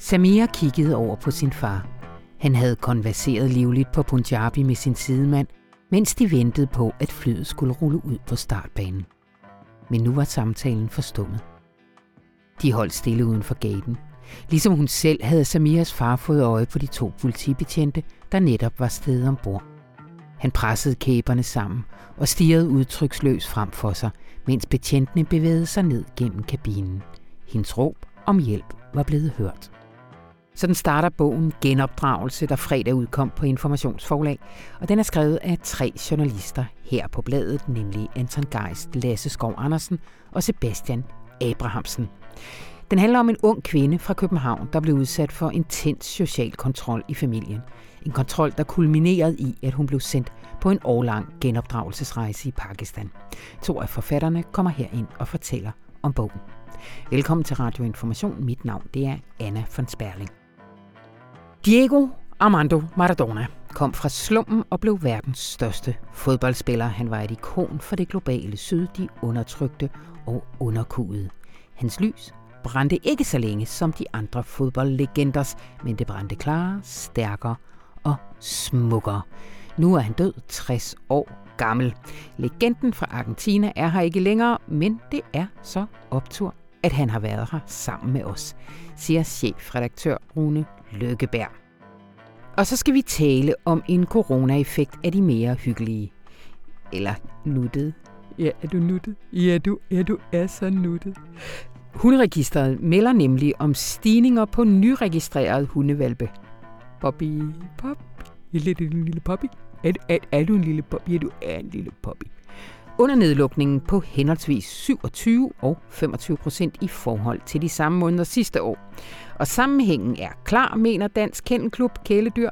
Samira kiggede over på sin far. Han havde konverseret livligt på Punjabi med sin sidemand, mens de ventede på, at flyet skulle rulle ud på startbanen. Men nu var samtalen forstummet. De holdt stille uden for gaten. Ligesom hun selv havde Samiras far fået øje på de 2 politibetjente, der netop var steget ombord. Han pressede kæberne sammen og stirrede udtryksløst frem for sig, mens betjentene bevægede sig ned gennem kabinen. Hendes råb om hjælp var blevet hørt. Sådan starter bogen Genopdragelse, der fredag udkom på Informationsforlag, og den er skrevet af 3 journalister her på bladet, nemlig Anton Geist, Lasse Skov Andersen og Sebastian Abrahamsen. Den handler om en ung kvinde fra København, der blev udsat for intens social kontrol i familien. En kontrol, der kulminerede i, at hun blev sendt på en årlang genopdragelsesrejse i Pakistan. 2 af forfatterne kommer herind og fortæller om bogen. Velkommen til Radio Information. Mit navn det er Anna von Sperling. Diego Armando Maradona kom fra slummen og blev verdens største fodboldspiller. Han var et ikon for det globale syd, de undertrykte og underkuede. Hans lys brændte ikke så længe som de andre fodboldlegenders, men det brændte klarere, stærkere og smukkere. Nu er han død, 60 år gammel. Legenden fra Argentina er her ikke længere, men det er så optur, at han har været her sammen med os, siger chefredaktør Rune Løkkeberg. Og så skal vi tale om en corona-effekt af de mere hyggelige. Eller nuttede. Ja, er du nuttet? Ja, du er så nuttet. Hunderegisteret melder nemlig om stigninger på nyregistrerede hundevalpe. Poppy, en lille poppy. Er du en lille poppy? Ja, du er en lille poppy. Under nedlukningen på henholdsvis 27% og 25% i forhold til de samme måneder sidste år. Og sammenhængen er klar, mener Dansk Kennelklub Kæledyr.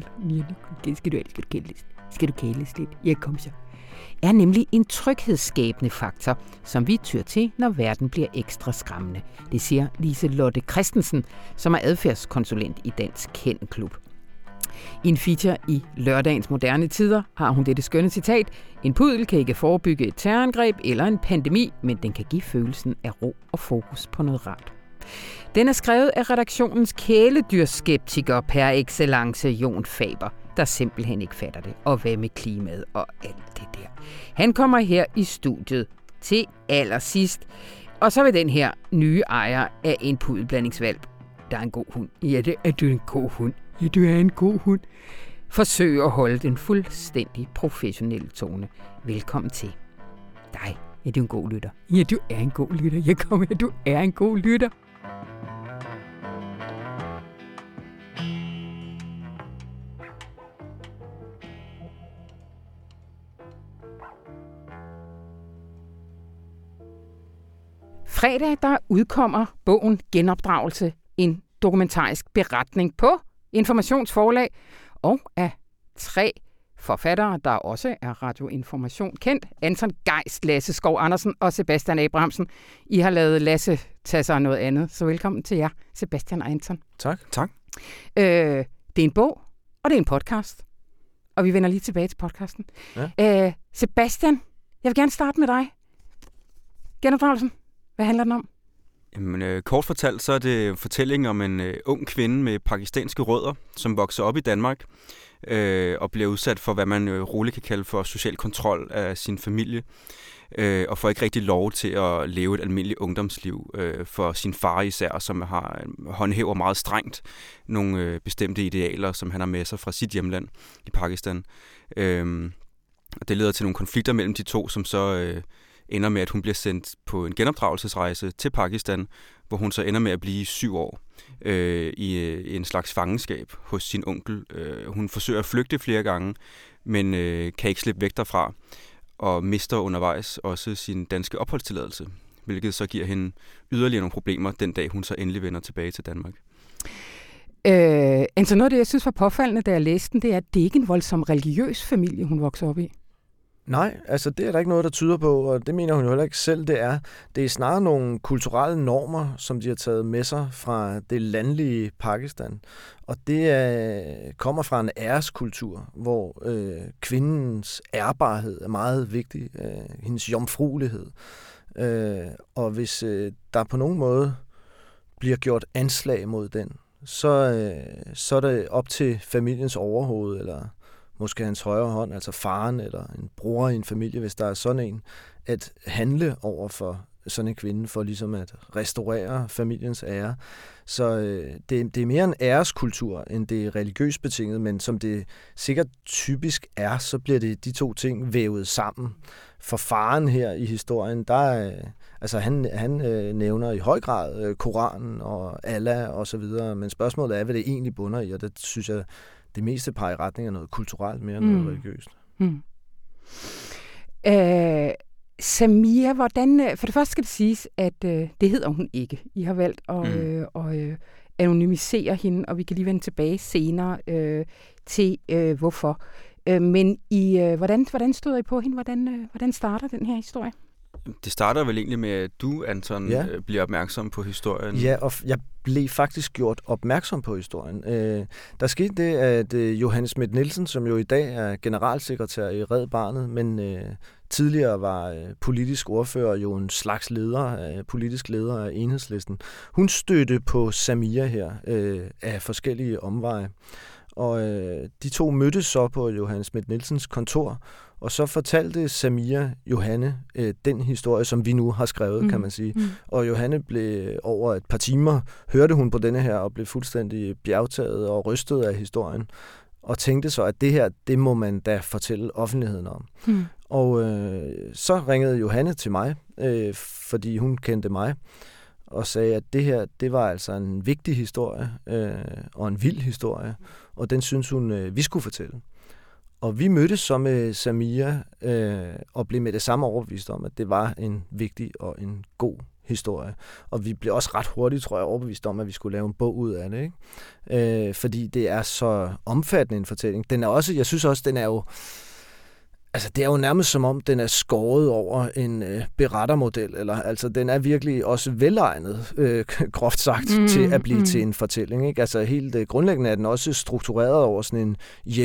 Skal du kæles lidt? Ja, kom så. Er nemlig en tryghedsskabende faktor, som vi tyr til, når verden bliver ekstra skræmmende. Det siger Lise Lotte Christensen, som er adfærdskonsulent i Dansk Kennelklub. I en feature i Lørdagens Moderne Tider har hun dette skønne citat: En puddel kan ikke forebygge et terrorangreb eller en pandemi, men den kan give følelsen af ro og fokus på noget rart. Den er skrevet af redaktionens kæledyrskeptiker per excellence, Jon Faber, der simpelthen ikke fatter det. Og hvad med klimaet og alt det der. Han kommer her i studiet til allersidst. Og så vil den her nye ejer af en puddelblandingsvalp, der er en god hund. Ja, det er du en god hund. Ja, du er en god hund. Forsøg at holde den fuldstændig professionelle tone. Velkommen til dig. Ja, du er en god lytter. Ja, du er en god lytter. Jeg kommer her, du er en god lytter. Fredag, der udkommer bogen Genopdragelse, en dokumentarisk beretning på Informationsforlag og af 3 forfattere, der også er Radio Information kendt. Anton Geist, Lasse Skov Andersen og Sebastian Abrahamsen. I har lavet Lasse tage sig noget andet, så velkommen til jer, Sebastian og Anton. Tak. Det er en bog, og det er en podcast. Og vi vender lige tilbage til podcasten. Ja. Sebastian, jeg vil gerne starte med dig. Genopdragelsen. Hvad handler den om? Jamen, kort fortalt, så er det en fortælling om en ung kvinde med pakistanske rødder, som vokser op i Danmark og bliver udsat for, hvad man roligt kan kalde for social kontrol af sin familie, og får ikke rigtig lov til at leve et almindeligt ungdomsliv for sin far især, som håndhæver meget strengt nogle bestemte idealer, som han har med sig fra sit hjemland i Pakistan. Og det leder til nogle konflikter mellem de 2, som så ender med, at hun bliver sendt på en genopdragelsesrejse til Pakistan, hvor hun så ender med at blive 7 år i en slags fangenskab hos sin onkel. Hun forsøger at flygte flere gange, men kan ikke slippe væk derfra, og mister undervejs også sin danske opholdstilladelse, hvilket så giver hende yderligere nogle problemer den dag, hun så endelig vender tilbage til Danmark. Altså noget af det, jeg synes var påfaldende, da jeg læste den, det er, at det ikke er en voldsom religiøs familie, hun vokser op i. Nej, altså det er der ikke noget, der tyder på, og det mener hun jo heller ikke selv, det er. Det er snarere nogle kulturelle normer, som de har taget med sig fra det landlige Pakistan. Og det kommer fra en æreskultur, hvor kvindens ærbarhed er meget vigtig, hendes jomfruelighed. Og hvis der på nogen måde bliver gjort anslag mod den, så er det op til familiens overhoved, eller måske hans højre hånd, altså faren eller en bror i en familie, hvis der er sådan en, at handle over for sådan en kvinde, for ligesom at restaurere familiens ære. Så det er mere en æreskultur, end det er religiøst betinget, men som det sikkert typisk er, så bliver det de to ting vævet sammen. For faren her i historien, han nævner i høj grad Koranen og Allah og så videre, men spørgsmålet er, hvad det egentlig bunder i, og det synes jeg, det meste peger i retning af noget kulturelt mere end noget religiøst. Samia, hvordan... For det første skal det siges, at det hedder hun ikke. I har valgt at anonymisere hende, og vi kan lige vende tilbage senere til hvorfor. Men hvordan stod I på hende? Hvordan starter den her historie? Det starter vel egentlig med, at du, Anton, bliver opmærksom på historien. Ja, og jeg blev faktisk gjort opmærksom på historien. Der skete det, at Johanne Schmidt-Nielsen, som jo i dag er generalsekretær i Red Barnet, men tidligere var politisk ordfører, jo en slags politisk leder af Enhedslisten, hun stødte på Samia her af forskellige omveje. Og de to mødtes så på Johanne Schmidt-Nielsens kontor, og så fortalte Samia Johanne den historie, som vi nu har skrevet, kan man sige. Og Johanne blev over et par timer, hørte hun på denne her, og blev fuldstændig bjergtaget og rystet af historien, og tænkte så, at det her, det må man da fortælle offentligheden om. Og så ringede Johanne til mig, fordi hun kendte mig, og sagde, at det her, det var altså en vigtig historie, og en vild historie, og den synes hun, vi skulle fortælle. Og vi mødtes så med Samia, og blev med det samme overbevist om, at det var en vigtig og en god historie. Og vi blev også ret hurtigt, tror jeg, overbevist om, at vi skulle lave en bog ud af det, ikke? Fordi det er så omfattende en fortælling. Den er også, jeg synes også, den er jo... Altså, det er jo nærmest som om, den er skåret over en berettermodel, eller altså, den er virkelig også velegnet, groft sagt, til at blive til en fortælling, ikke? Altså, helt grundlæggende er den også struktureret over sådan en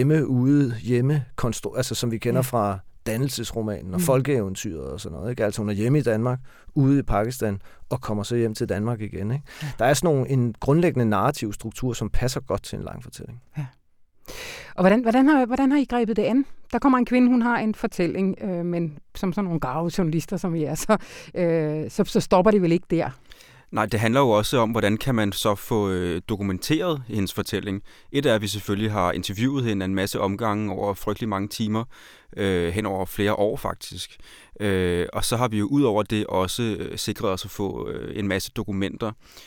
altså, som vi kender fra dannelsesromanen og folkeeventyret og sådan noget, ikke? Altså, hun er hjemme i Danmark, ude i Pakistan, og kommer så hjem til Danmark igen, ikke? Ja. Der er sådan en grundlæggende narrativ struktur, som passer godt til en lang fortælling. Ja. Og hvordan har I grebet det an? Der kommer en kvinde, hun har en fortælling, men som sådan nogle grave journalister, som vi er, så stopper det vel ikke der? Nej, det handler jo også om, hvordan kan man så få dokumenteret hendes fortælling. Et er, at vi selvfølgelig har interviewet hende en masse omgange over frygtelig mange timer, hen over flere år faktisk. Og så har vi jo ud over det også sikret os at få en masse dokumenter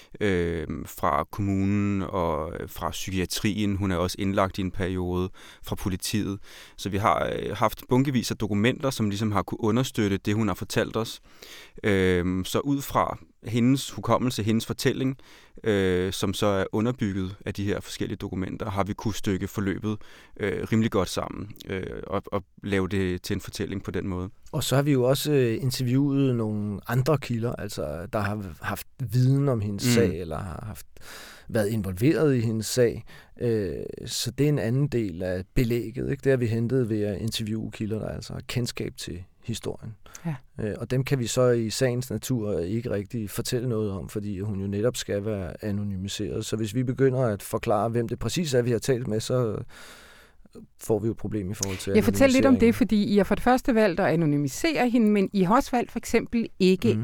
fra kommunen og fra psykiatrien. Hun er også indlagt i en periode fra politiet. Så vi har haft bunkevis af dokumenter, som ligesom har kunne understøtte det, hun har fortalt os. Så ud fra hendes hukommelse, hendes fortælling, som så er underbygget af de her forskellige dokumenter, har vi kunne stykke forløbet rimelig godt sammen og lave det til en fortælling på den måde. Og så har vi jo også interviewet nogle andre kilder, altså der har haft viden om hendes sag, eller har været involveret i hendes sag. Så det er en anden del af belægget, ikke? Det har vi hentet ved at interviewe kilder, der altså har kendskab til historien. Ja. Og dem kan vi så i sagens natur ikke rigtig fortælle noget om, fordi hun jo netop skal være anonymiseret. Så hvis vi begynder at forklare, hvem det præcis er, vi har talt med, så får vi jo et problem i forhold til anonymisering. Fortæl lidt om det, fordi I har for det første valgt at anonymisere hende, men I har også valgt for eksempel ikke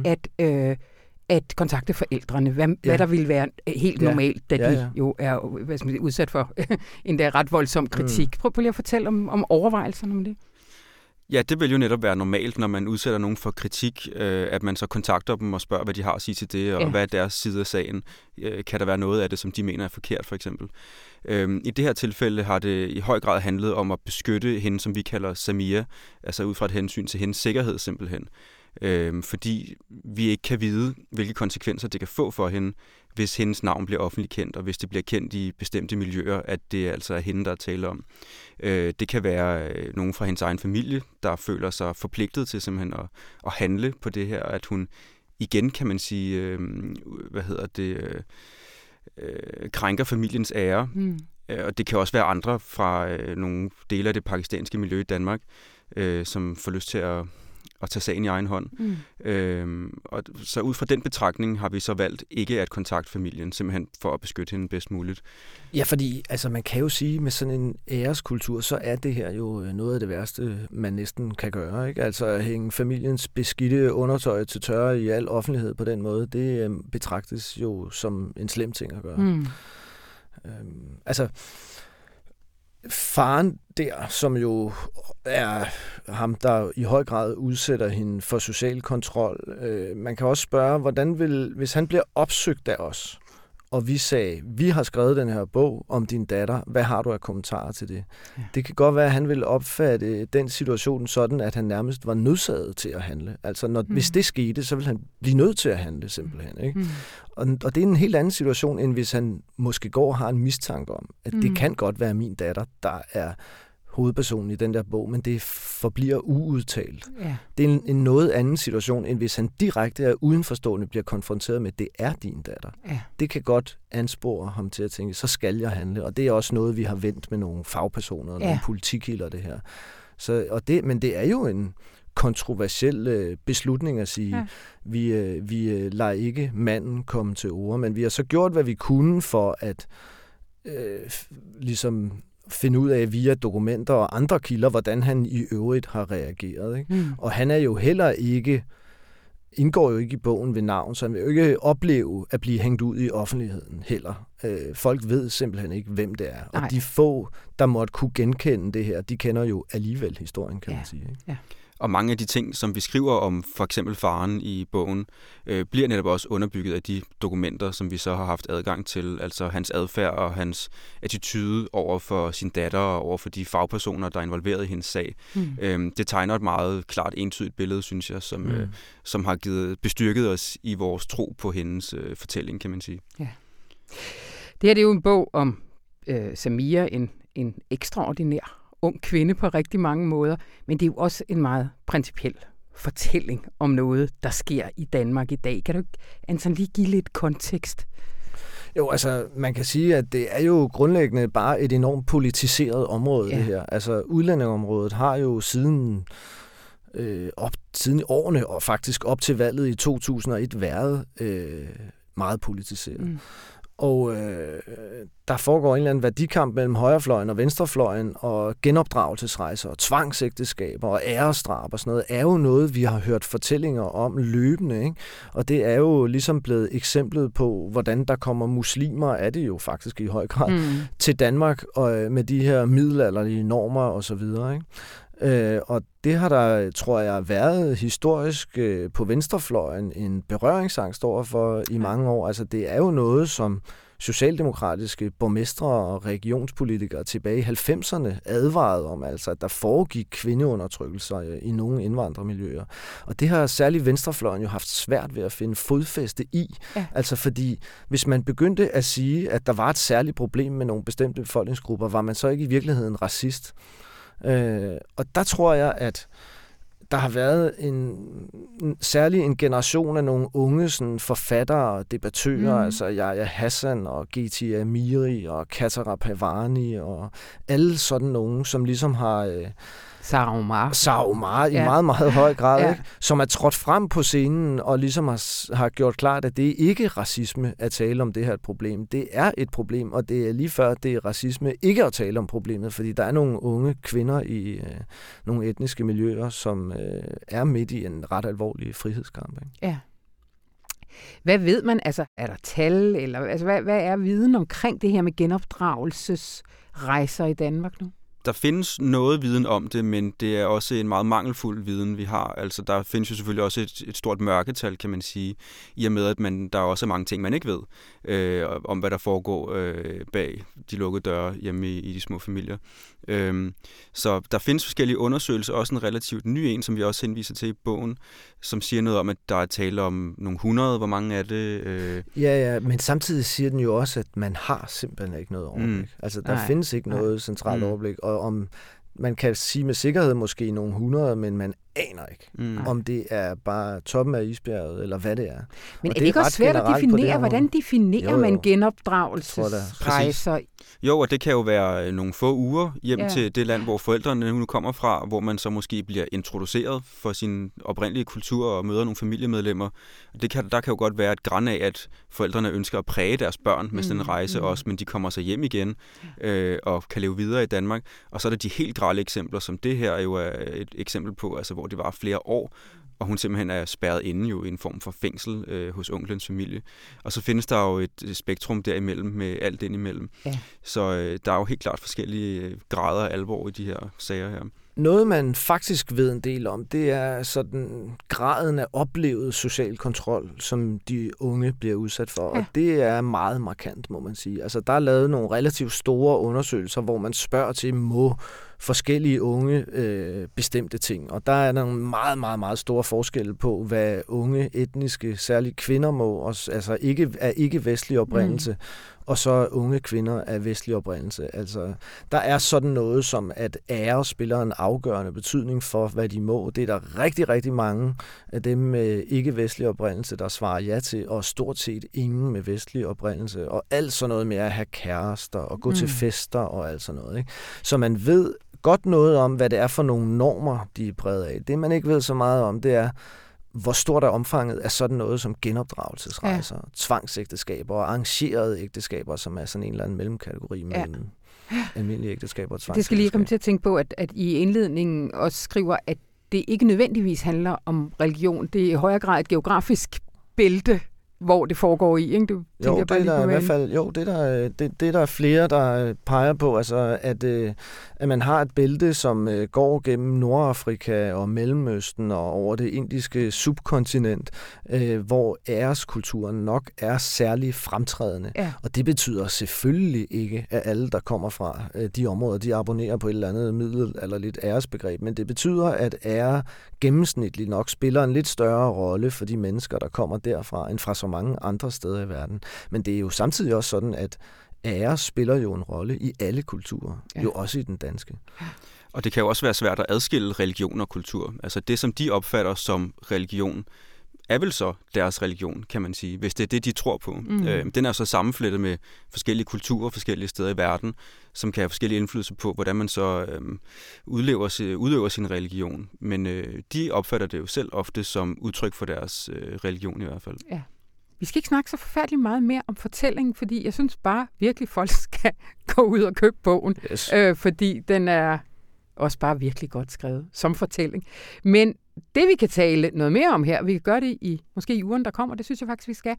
at kontakte forældrene, hvad der ville være helt normalt, da de jo er udsat for en der ret voldsom kritik. Prøv lige at fortælle om overvejelserne om det. Ja, det vil jo netop være normalt, når man udsætter nogen for kritik, at man så kontakter dem og spørger, hvad de har at sige til det, og hvad er deres side af sagen. Kan der være noget af det, som de mener er forkert, for eksempel? I det her tilfælde har det i høj grad handlet om at beskytte hende, som vi kalder Samia, altså ud fra et hensyn til hendes sikkerhed simpelthen. Fordi vi ikke kan vide, hvilke konsekvenser det kan få for hende, hvis hendes navn bliver offentligt kendt, og hvis det bliver kendt i bestemte miljøer, at det altså er hende, der er tale om. Det kan være nogen fra hendes egen familie, der føler sig forpligtet til simpelthen at handle på det her, at hun igen, kan man sige, krænker familiens ære. Og det kan også være andre fra nogle dele af det pakistanske miljø i Danmark, som får lyst til at at tage sagen i egen hånd. Og så ud fra den betragtning har vi så valgt ikke at kontakte familien, simpelthen for at beskytte hende bedst muligt. Ja, fordi altså, man kan jo sige, med sådan en æreskultur, så er det her jo noget af det værste, man næsten kan gøre. Ikke? Altså at hænge familiens beskidte undertøj til tørre i al offentlighed på den måde, det betragtes jo som en slem ting at gøre. Altså, faren der, som jo er ham, der i høj grad udsætter hende for social kontrol. Man kan også spørge, hvis han bliver opsøgt af os, og vi sagde, vi har skrevet den her bog om din datter, hvad har du af kommentarer til det? Ja. Det kan godt være, at han ville opfatte den situation sådan, at han nærmest var nødsaget til at handle. Altså, hvis det skete, så ville han blive nødt til at handle, simpelthen. Ikke? Og det er en helt anden situation, end hvis han måske går og har en mistanke om, at det kan godt være min datter, der er hovedpersonen i den der bog, men det forbliver uudtalt. Ja. Det er en noget anden situation, end hvis han direkte er udenforstående bliver konfronteret med, det er din datter. Ja. Det kan godt anspore ham til at tænke, så skal jeg handle, og det er også noget, vi har vendt med nogle fagpersoner og nogle politikkilder, det her. Men det er jo en kontroversiel beslutning at sige, vi lader ikke manden komme til orde, men vi har så gjort, hvad vi kunne for at ligesom finde ud af via dokumenter og andre kilder, hvordan han i øvrigt har reageret. Ikke? Og han er jo heller ikke, indgår jo ikke i bogen ved navn, så han vil jo ikke opleve at blive hængt ud i offentligheden heller. Folk ved simpelthen ikke, hvem det er. Og de få, der måtte kunne genkende det her, de kender jo alligevel historien, kan man sige. Ikke? Ja. Og mange af de ting, som vi skriver om for eksempel faren i bogen, bliver netop også underbygget af de dokumenter, som vi så har haft adgang til. Altså hans adfærd og hans attitude over for sin datter og over for de fagpersoner, der er involveret i hendes sag. Det tegner et meget klart entydigt billede, synes jeg, som har bestyrket os i vores tro på hendes fortælling, kan man sige. Ja. Det her det er jo en bog om Samia, en ekstraordinær ung kvinde på rigtig mange måder, men det er jo også en meget principiel fortælling om noget, der sker i Danmark i dag. Kan du, Anton, lige give lidt kontekst? Jo, altså man kan sige, at det er jo grundlæggende bare et enormt politiseret område, det her. Altså udlændingeområdet har jo siden i årene, og faktisk op til valget i 2001, været meget politiseret. Og der foregår en eller anden værdikamp mellem højrefløjen og venstrefløjen, og genopdragelsesrejser og tvangsægteskaber og æresdrab og sådan noget, er jo noget, vi har hørt fortællinger om løbende. Ikke? Og det er jo ligesom blevet eksemplet på, hvordan der kommer muslimer, er det jo faktisk i høj grad, til Danmark og med de her middelalderlige normer og så videre. Ikke? Og det har der, tror jeg, været historisk på venstrefløjen en berøringsangst overfor i mange år. Altså det er jo noget, som socialdemokratiske borgmestre og regionspolitikere tilbage i 90'erne advarede om, altså at der foregik kvindeundertrykkelser i nogle indvandrermiljøer. Og det har særligt venstrefløjen jo haft svært ved at finde fodfæste i. Ja. Altså fordi, hvis man begyndte at sige, at der var et særligt problem med nogle bestemte befolkningsgrupper, var man så ikke i virkeligheden racist. Og der tror jeg, at der har været særlig en generation af nogle unge sådan, forfattere og debattører, altså Yahya Hassan og G.T. Amiri og Katara Pavani og alle sådan nogen, som ligesom har Sara Omar i meget, meget høj grad, ikke? Som er trådt frem på scenen og ligesom har gjort klart, at det ikke er racisme at tale om det her problem. Det er et problem, og det er lige før, det er racisme ikke at tale om problemet, fordi der er nogle unge kvinder i nogle etniske miljøer, som er midt i en ret alvorlig frihedskamp. Ikke? Ja. Hvad ved man? Altså, er der tal? Eller, altså, hvad er viden omkring det her med genopdragelsesrejser i Danmark nu? Der findes noget viden om det, men det er også en meget mangelfuld viden, vi har. Altså, der findes jo selvfølgelig også et stort mørketal, kan man sige, i og med, at der er også mange ting, man ikke ved om, hvad der foregår bag de lukkede døre hjemme i de små familier. Så der findes forskellige undersøgelser, også en relativt ny en, som vi også henviser til i bogen, som siger noget om, at der er tale om nogle 100. Hvor mange er det? Ja, men samtidig siger den jo også, at man har simpelthen ikke noget overblik. Altså, der findes ikke noget centralt overblik, og om man kan sige med sikkerhed måske nogle 100, men man aner ikke, om det er bare toppen af isbjerget, eller hvad det er. Men er det ikke også svært at definere, hvordan definerer man genopdragelsesrejser? Jo, og det kan jo være nogle få uger hjem til det land, hvor forældrene nu kommer fra, hvor man så måske bliver introduceret for sin oprindelige kultur og møder nogle familiemedlemmer. Der kan jo godt være et græn af, at forældrene ønsker at præge deres børn med sådan en rejse også, men de kommer så hjem igen og kan leve videre i Danmark. Og så er der de helt grelle eksempler, som det her jo er et eksempel på, altså hvor det var flere år, og hun simpelthen er spærret inde jo i en form for fængsel hos onklens familie. Og så findes der jo et spektrum derimellem med alt indimellem. Ja. Så der er jo helt klart forskellige grader af alvor i de her sager her. Noget, man faktisk ved en del om, det er sådan graden af oplevet social kontrol, som de unge bliver udsat for. Ja. Og det er meget markant, må man sige. Altså, der er lavet nogle relativt store undersøgelser, hvor man spørger til, må forskellige unge bestemte ting. Og der er nogle meget, meget, meget store forskelle på, hvad unge etniske, særligt kvinder må, altså ikke-vestlig oprindelse, og så unge kvinder af vestlig oprindelse. Altså, der er sådan noget som, at ære spiller en afgørende betydning for, hvad de må. Det er der rigtig, rigtig mange af dem med ikke-vestlig oprindelse, der svarer ja til, og stort set ingen med vestlig oprindelse. Og alt sådan noget med at have kærester og gå til fester og alt sådan noget. Ikke? Så man ved godt noget om, hvad det er for nogle normer, de er præget af. Det, man ikke ved så meget om, det er, hvor stort er omfanget af sådan noget som genopdragelsesrejser, tvangsægteskaber og arrangerede ægteskaber, som er sådan en eller anden mellemkategori mellem almindelige ægteskaber og tvangsægteskaber. Det skal lige komme til at tænke på, at I indledningen også skriver, at det ikke nødvendigvis handler om religion. Det er i højere grad et geografisk bælte, hvor det foregår i, ikke? Det er der i hvert fald. Det er der flere, der peger på, altså at man har et bælte, som går gennem Nordafrika og Mellemøsten og over det indiske subkontinent, hvor æreskulturen nok er særlig fremtrædende. Ja. Og det betyder selvfølgelig ikke, at alle, der kommer fra de områder, de abonnerer på et eller andet middel eller lidt æresbegreb, men det betyder, at ære gennemsnitligt nok spiller en lidt større rolle for de mennesker, der kommer derfra, end fra så mange andre steder i verden. Men det er jo samtidig også sådan, at ære spiller jo en rolle i alle kulturer, jo også i den danske. Og det kan jo også være svært at adskille religion og kultur. Altså det, som de opfatter som religion, er vel så deres religion, kan man sige, hvis det er det, de tror på. Den er så sammenflettet med forskellige kulturer forskellige steder i verden, som kan have forskellige indflydelse på, hvordan man så udøver sin religion. Men de opfatter det jo selv ofte som udtryk for deres religion i hvert fald. Ja. Vi skal ikke snakke så forfærdeligt meget mere om fortællingen, fordi jeg synes bare virkelig, folk skal gå ud og købe bogen, fordi den er også bare virkelig godt skrevet som fortælling. Men det, vi kan tale noget mere om her, vi kan gøre det måske i ugen, der kommer, det synes jeg faktisk, vi skal,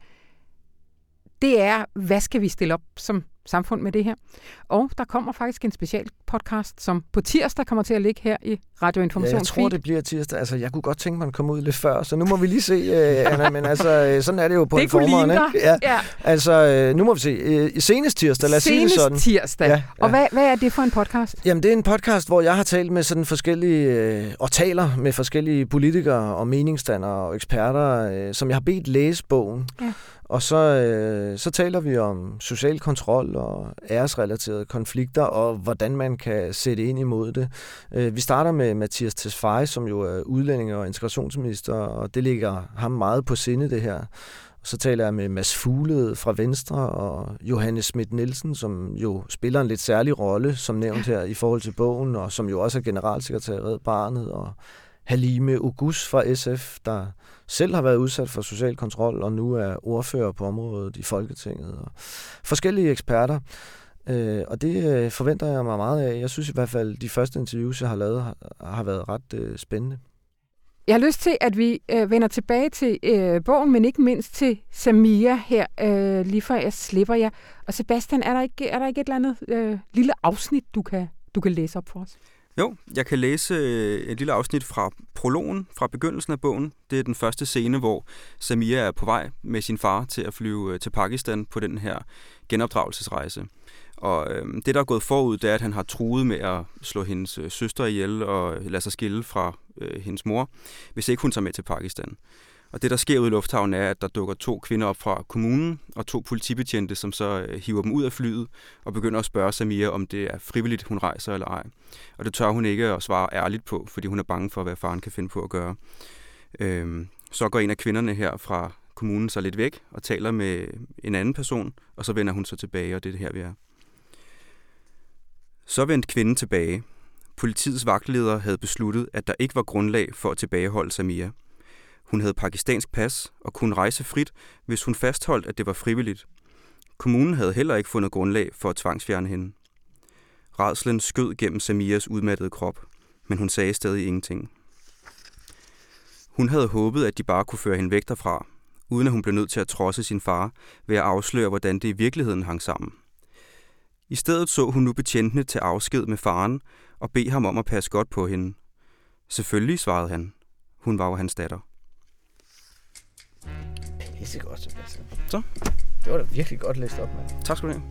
det er, hvad skal vi stille op som samfund med det her? Og der kommer faktisk en special podcast, som på tirsdag kommer til at ligge her i Radio Information. Jeg tror, det bliver tirsdag. Altså, jeg kunne godt tænke mig at komme ud lidt før, så nu må vi lige se, Anna, men altså, sådan er det jo på Informeren, ikke? Ja. Altså, nu må vi se. Senest tirsdag, lad os sige det sådan. Senest tirsdag. Ja. Og hvad er det for en podcast? Jamen, det er en podcast, hvor jeg har talt med sådan forskellige, og taler med forskellige politikere og meningsdannere og eksperter, som jeg har bedt læse bogen. Ja. Og så taler vi om social kontrol og æresrelaterede konflikter, og hvordan man kan sætte ind imod det. Vi starter med Mattias Tesfaye, som jo er udlændinge- og integrationsminister, og det ligger ham meget på sinde, det her. Og så taler jeg med Mads Fuglede fra Venstre, og Johannes Schmidt-Nielsen, som jo spiller en lidt særlig rolle, som nævnt her, i forhold til bogen, og som jo også er generalsekretær i Red Barnet, og Halime Oguz fra SF, der selv har været udsat for social kontrol, og nu er ordfører på området i Folketinget, og forskellige eksperter. Og det forventer jeg mig meget af. Jeg synes i hvert fald, de første interviews, jeg har lavet, har været ret spændende. Jeg har lyst til, at vi vender tilbage til bogen, men ikke mindst til Samia her, lige før jeg slipper jer. Og Sebastian, er der ikke et eller andet lille afsnit, du kan læse op for os? Jo, jeg kan læse et lille afsnit fra prologen, fra begyndelsen af bogen. Det er den første scene, hvor Samia er på vej med sin far til at flyve til Pakistan på den her genopdragelsesrejse. Og det, der er gået forud, det er, at han har truet med at slå hendes søster ihjel og lade sig skille fra hendes mor, hvis ikke hun tager med til Pakistan. Og det, der sker ude i lufthavnen, er, at der dukker 2 kvinder op fra kommunen og 2 politibetjente, som så hiver dem ud af flyet og begynder at spørge Samia, om det er frivilligt, hun rejser eller ej. Og det tør hun ikke at svare ærligt på, fordi hun er bange for, hvad faren kan finde på at gøre. Så går en af kvinderne her fra kommunen så lidt væk og taler med en anden person, og så vender hun så tilbage, og det er det her, vi er. Så vendte kvinden tilbage. Politiets vagtleder havde besluttet, at der ikke var grundlag for at tilbageholde Samia. Hun havde pakistansk pas og kunne rejse frit, hvis hun fastholdt, at det var frivilligt. Kommunen havde heller ikke fundet grundlag for at tvangsfjerne hende. Rædslen skød gennem Samias udmattede krop, men hun sagde stadig ingenting. Hun havde håbet, at de bare kunne føre hende væk derfra, uden at hun blev nødt til at trodse sin far ved at afsløre, hvordan det i virkeligheden hang sammen. I stedet så hun nu betjentene til afsked med faren og bede ham om at passe godt på hende. Selvfølgelig, svarede han. Hun var jo hans datter. Pissegodt, Sebastian. Så? Det var da virkelig godt læst op, mand. Tak skal du have.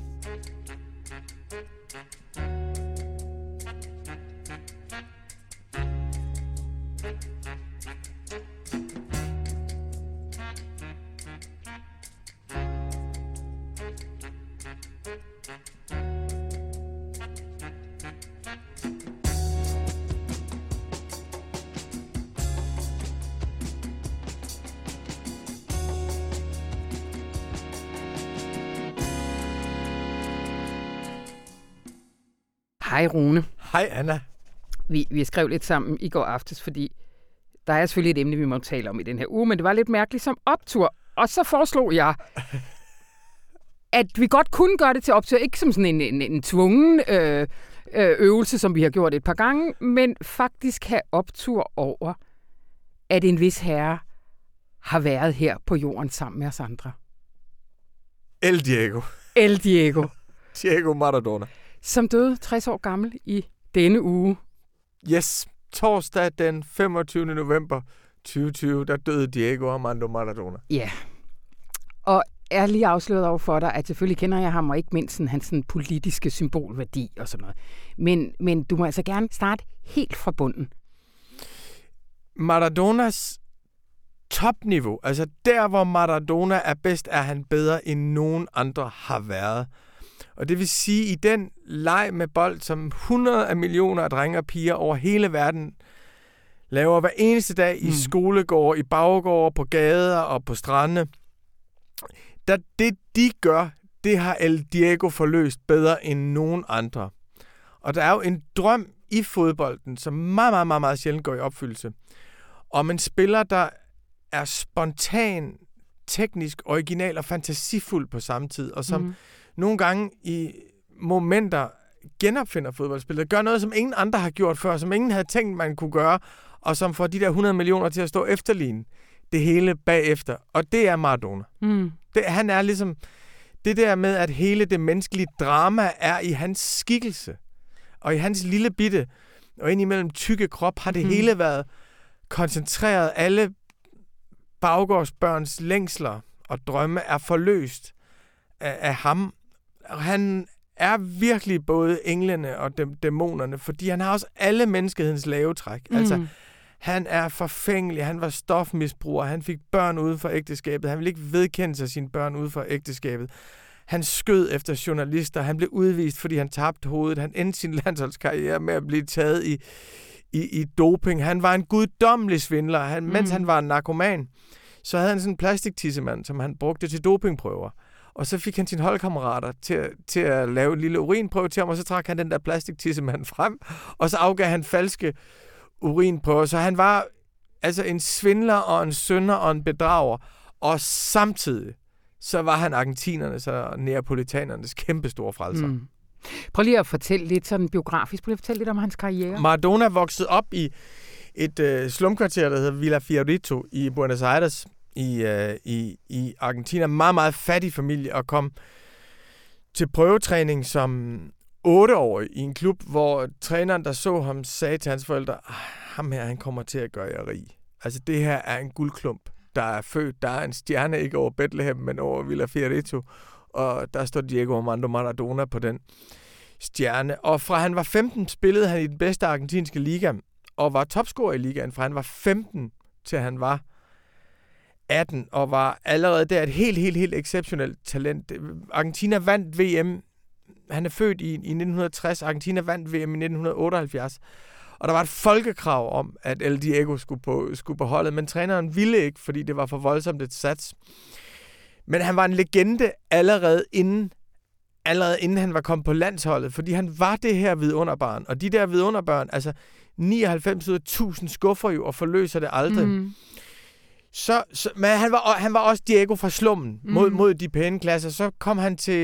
Hej Rune. Hej Anna. Vi skrev lidt sammen i går aftes, fordi der er selvfølgelig et emne, vi må tale om i den her uge, men det var lidt mærkeligt som optur. Og så foreslog jeg, at vi godt kunne gøre det til optur, ikke som sådan en tvungen øvelse, som vi har gjort et par gange, men faktisk have optur over, at en vis herre har været her på jorden sammen med os andre. El Diego. El Diego. Diego Maradona. Som døde 60 år gammel i denne uge. Yes, torsdag den 25. november 2020, der døde Diego Armando Maradona. Ja, og er lige afsløret over for dig, at selvfølgelig kender jeg ham, og ikke mindst hans sådan politiske symbolværdi og sådan noget. Men du må altså gerne starte helt fra bunden. Maradonas topniveau, altså der hvor Maradona er bedst, er han bedre end nogen andre har været. Og det vil sige, i den leg med bold, som 100 af millioner af drenge og piger over hele verden laver hver eneste dag i skolegårde, i baggårde, på gader og på strande, det de gør, det har El Diego forløst bedre end nogen andre. Og der er jo en drøm i fodbolden, som meget, meget, meget, meget sjældent går i opfyldelse. Om en spiller, der er spontan, teknisk, original og fantasifuld på samme tid, og som nogle gange i momenter genopfinder fodboldspillet, gør noget, som ingen andre har gjort før, som ingen havde tænkt, man kunne gøre, og som får de der 100 millioner til at stå efterligne det hele bagefter. Og det er Maradona. Han er ligesom det der med, at hele det menneskelige drama er i hans skikkelse. Og i hans lille bitte, og indimellem tykke krop, har det hele været koncentreret. Alle baggårdsbørns længsler og drømme er forløst af ham. Han er virkelig både englene og dæmonerne, fordi han har også alle menneskehedens lavetræk. Altså, han er forfængelig, han var stofmisbruger, han fik børn uden for ægteskabet, han ville ikke vedkende sig sine børn uden for ægteskabet. Han skød efter journalister, han blev udvist, fordi han tabte hovedet. Han endte sin landsholdskarriere med at blive taget i doping. Han var en guddommelig svindler. Mens han var en narkoman, så havde han sådan en plastiktissemand, som han brugte til dopingprøver. Og så fik han sine holdkammerater til at lave en lille urinprøve til ham, og så trak han den der plastiktissemand frem, og så afgav han falske urinprøver. Så han var altså en svindler og en synder og en bedrager, og samtidig så var han argentinernes og neapolitanernes kæmpestore frelser. Prøv lige at fortælle lidt sådan biografisk. Prøv lige at fortælle lidt om hans karriere. Maradona voksede op i et slumkvarter, der hedder Villa Fiorito i Buenos Aires i Argentina. Meget, meget fattig familie, og kom til prøvetræning som 8-årig i en klub, hvor træneren, der så ham, sagde til hans forældre, ham her, han kommer til at gøre jer rig. Altså, det her er en guldklump, der er født. Der er en stjerne ikke over Bethlehem, men over Villa Fiorito, og der står Diego Armando Maradona på den stjerne. Og fra han var 15, spillede han i den bedste argentinske liga, og var topscorer i ligaen, fra han var 15 til han var 18 og var allerede der et helt exceptionelt talent. Argentina vandt VM. Han er født i 1960. Argentina vandt VM i 1978. Og der var et folkekrav om, at El Diego skulle på holdet, men træneren ville ikke, fordi det var for voldsomt et sats. Men han var en legende allerede inden han var kommet på landsholdet, fordi han var det her vidunderbarn. Og de der vidunderbørn, altså 99 ud af 1000 skuffer jo og forløser det aldrig. Men han var også Diego fra slummen mod de pæne klasser. Så kom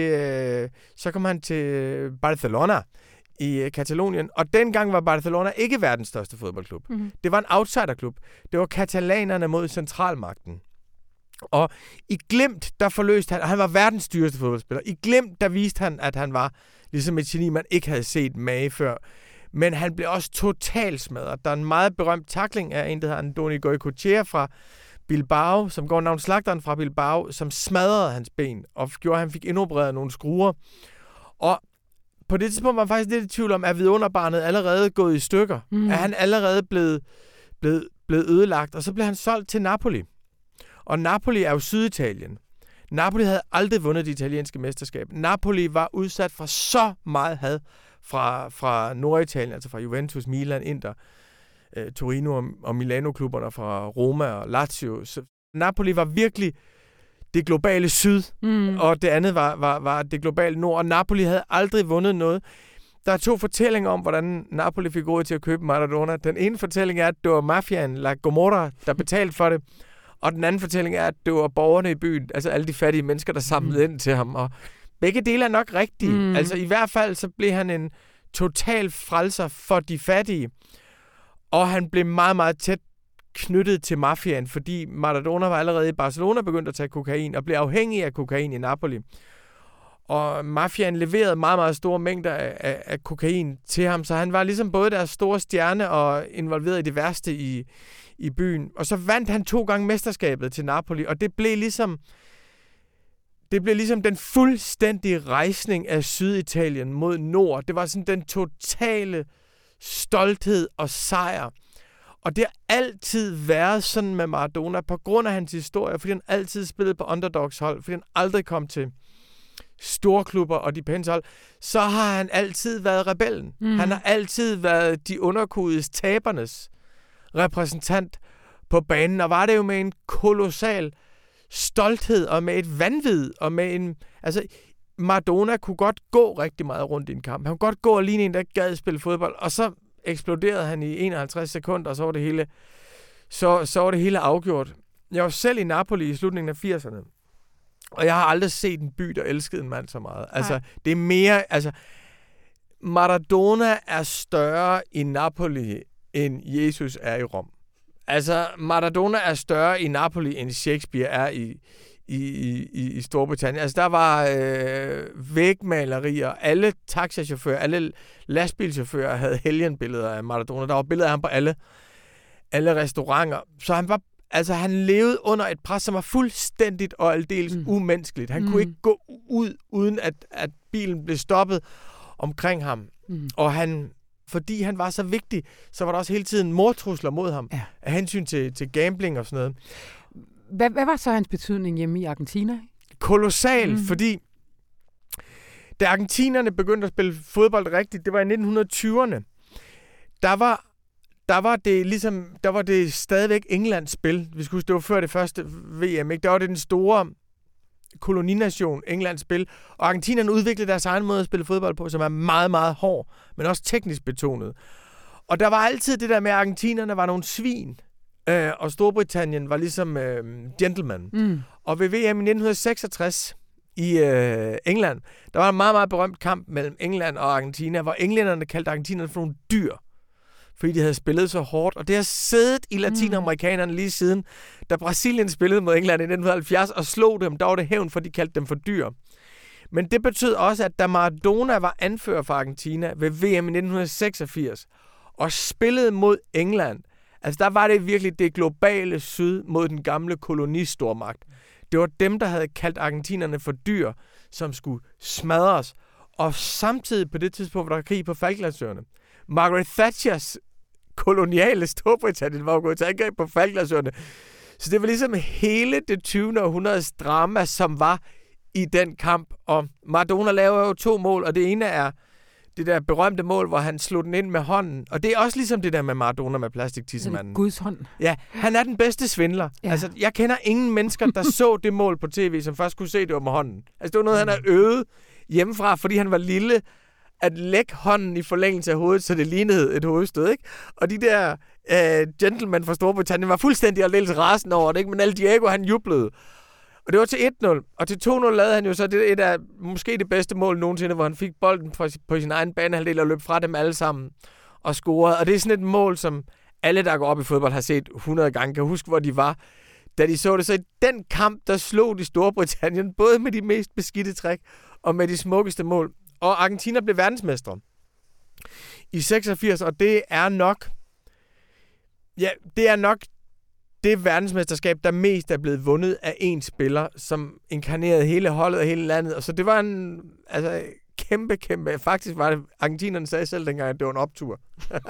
han til Barcelona i Katalonien, og dengang var Barcelona ikke verdens største fodboldklub. Det var en outsiderklub. Det var katalanerne mod centralmagten. Og i glimt, der forløste han var verdens dyreste fodboldspiller. I glimt, der viste han, at han var ligesom et geni, man ikke havde set mage før. Men han blev også totalt smadret. Der er en meget berømt tackling af en, der hedder Andoni Goicoechea fra Bilbao, som går navn slagteren fra Bilbao, som smadrede hans ben og gjorde, at han fik indopereret nogle skruer. Og på det tidspunkt var man faktisk lidt i tvivl om, at vidunderbarnet allerede gået i stykker. Er han allerede blevet ødelagt, og så blev han solgt til Napoli. Og Napoli er jo Syditalien. Napoli havde aldrig vundet det italienske mesterskab. Napoli var udsat for så meget had fra Norditalien, altså fra Juventus, Milan, Inter, Torino og Milano-klubberne fra Roma og Lazio. Så Napoli var virkelig det globale syd, og det andet var det globale nord, og Napoli havde aldrig vundet noget. Der er 2 fortællinger om, hvordan Napoli fik råd til at købe Maradona. Den ene fortælling er, at det var mafiaen, La Gomorra, der betalte for det, og den anden fortælling er, at det var borgerne i byen, altså alle de fattige mennesker, der samlede ind til ham, og begge dele er nok rigtige. Altså i hvert fald så blev han en total frelser for de fattige, og han blev meget, meget tæt knyttet til mafiaen, fordi Maradona var allerede i Barcelona begyndt at tage kokain, og blev afhængig af kokain i Napoli. Og mafiaen leverede meget, meget store mængder af kokain til ham, så han var ligesom både deres store stjerne og involveret i det værste i byen. Og så vandt han 2 gange mesterskabet til Napoli, og det blev ligesom den fuldstændige rejsning af Syditalien mod nord. Det var sådan den totale stolthed og sejr. Og det har altid været sådan med Maradona, på grund af hans historie, fordi han altid spillede på underdogs hold, fordi han aldrig kom til storklubber og de pæne hold, så har han altid været rebellen. Han har altid været de underkudes tabernes repræsentant på banen, og var det jo med en kolossal stolthed og med et vanvid og med en... Altså, Maradona kunne godt gå rigtig meget rundt i en kamp. Han kunne godt gå og ligne en, der ikke gad spille fodbold, og så eksploderede han i 51 sekunder, og så var det hele afgjort. Jeg var selv i Napoli i slutningen af 80'erne, og jeg har aldrig set en by, der elskede en mand så meget. Altså, det er mere... Altså, Maradona er større i Napoli, end Jesus er i Rom. Altså, Maradona er større i Napoli, end Shakespeare er i Storbritannien. Altså, der var vægmalerier. Alle taxachauffører, alle lastbilchauffører havde helgenbilleder af Maradona. Der var billeder af ham på alle restauranter. Så han levede under et pres, som var fuldstændigt og aldeles umenneskeligt. Han kunne ikke gå ud, uden at bilen blev stoppet omkring ham. Og fordi han var så vigtig, så var der også hele tiden mordtrusler mod ham, af hensyn til gambling og sådan noget. Hvad var så hans betydning hjemme i Argentina? Kolossal, fordi da argentinerne begyndte at spille fodbold rigtigt, det var i 1920'erne, der var det stadigvæk Englands spil. Vi skal huske, det var før det første VM, ikke? Der var det den store kolonination, Englands spil, og argentinerne udviklede deres egen måde at spille fodbold på, som er meget, meget hård, men også teknisk betonet. Og der var altid det der med, at argentinerne var nogle svin, og Storbritannien var ligesom gentleman. Og ved VM i 1966 i England, der var en meget, meget berømt kamp mellem England og Argentina, hvor englænderne kaldte argentinerne for nogle dyr, fordi de havde spillet så hårdt. Og det har siddet i latinamerikanerne lige siden, da Brasilien spillede mod England i 1970 og slog dem, der var det hævn, for de kaldte dem for dyr. Men det betød også, at da Maradona var anfører for Argentina ved VM i 1986 og spillede mod England, altså der var det virkelig det globale syd mod den gamle kolonistormagt. Det var dem, der havde kaldt argentinerne for dyr, som skulle smadres. Og samtidig på det tidspunkt var der krig på Falklandsøerne. Margaret Thatchers koloniale Storbritannien var gået til angreb på Falklandsøerne. Så det var ligesom hele det 20. århundredes drama, som var i den kamp. Og Maradona laver jo 2 mål, og det ene er det der berømte mål, hvor han slog den ind med hånden. Og det er også ligesom det der med Maradona med plastiktissemanden. Guds hånd. Ja, han er den bedste svindler. Ja. Altså, jeg kender ingen mennesker, der så det mål på tv, som først kunne se det var med hånden. Altså, det var noget, han har øvet hjemmefra, fordi han var lille, at lægge hånden i forlængelse af hovedet, så det lignede et hovedstød, ikke? Og de der gentlemen fra Storbritannien var fuldstændig aldeles rasende over det, ikke? Men El Diego, han jublede. Og det var til 1-0, og til 2-0 lavede han jo så et af måske det bedste mål nogensinde, hvor han fik bolden på sin egen banehalvdel og løb fra dem alle sammen og scorede. Og det er sådan et mål, som alle, der går op i fodbold, har set 100 gange, kan huske, hvor de var, da de så det. Så i den kamp, der slog de Storbritannien, både med de mest beskidte træk og med de smukkeste mål. Og Argentina blev verdensmestre i 86, og det er nok det verdensmesterskab, der mest er blevet vundet af én spiller, som inkarnerede hele holdet og hele landet. Og så det var en kæmpe. Faktisk var det, argentinerne sagde selv dengang, at det var en optur,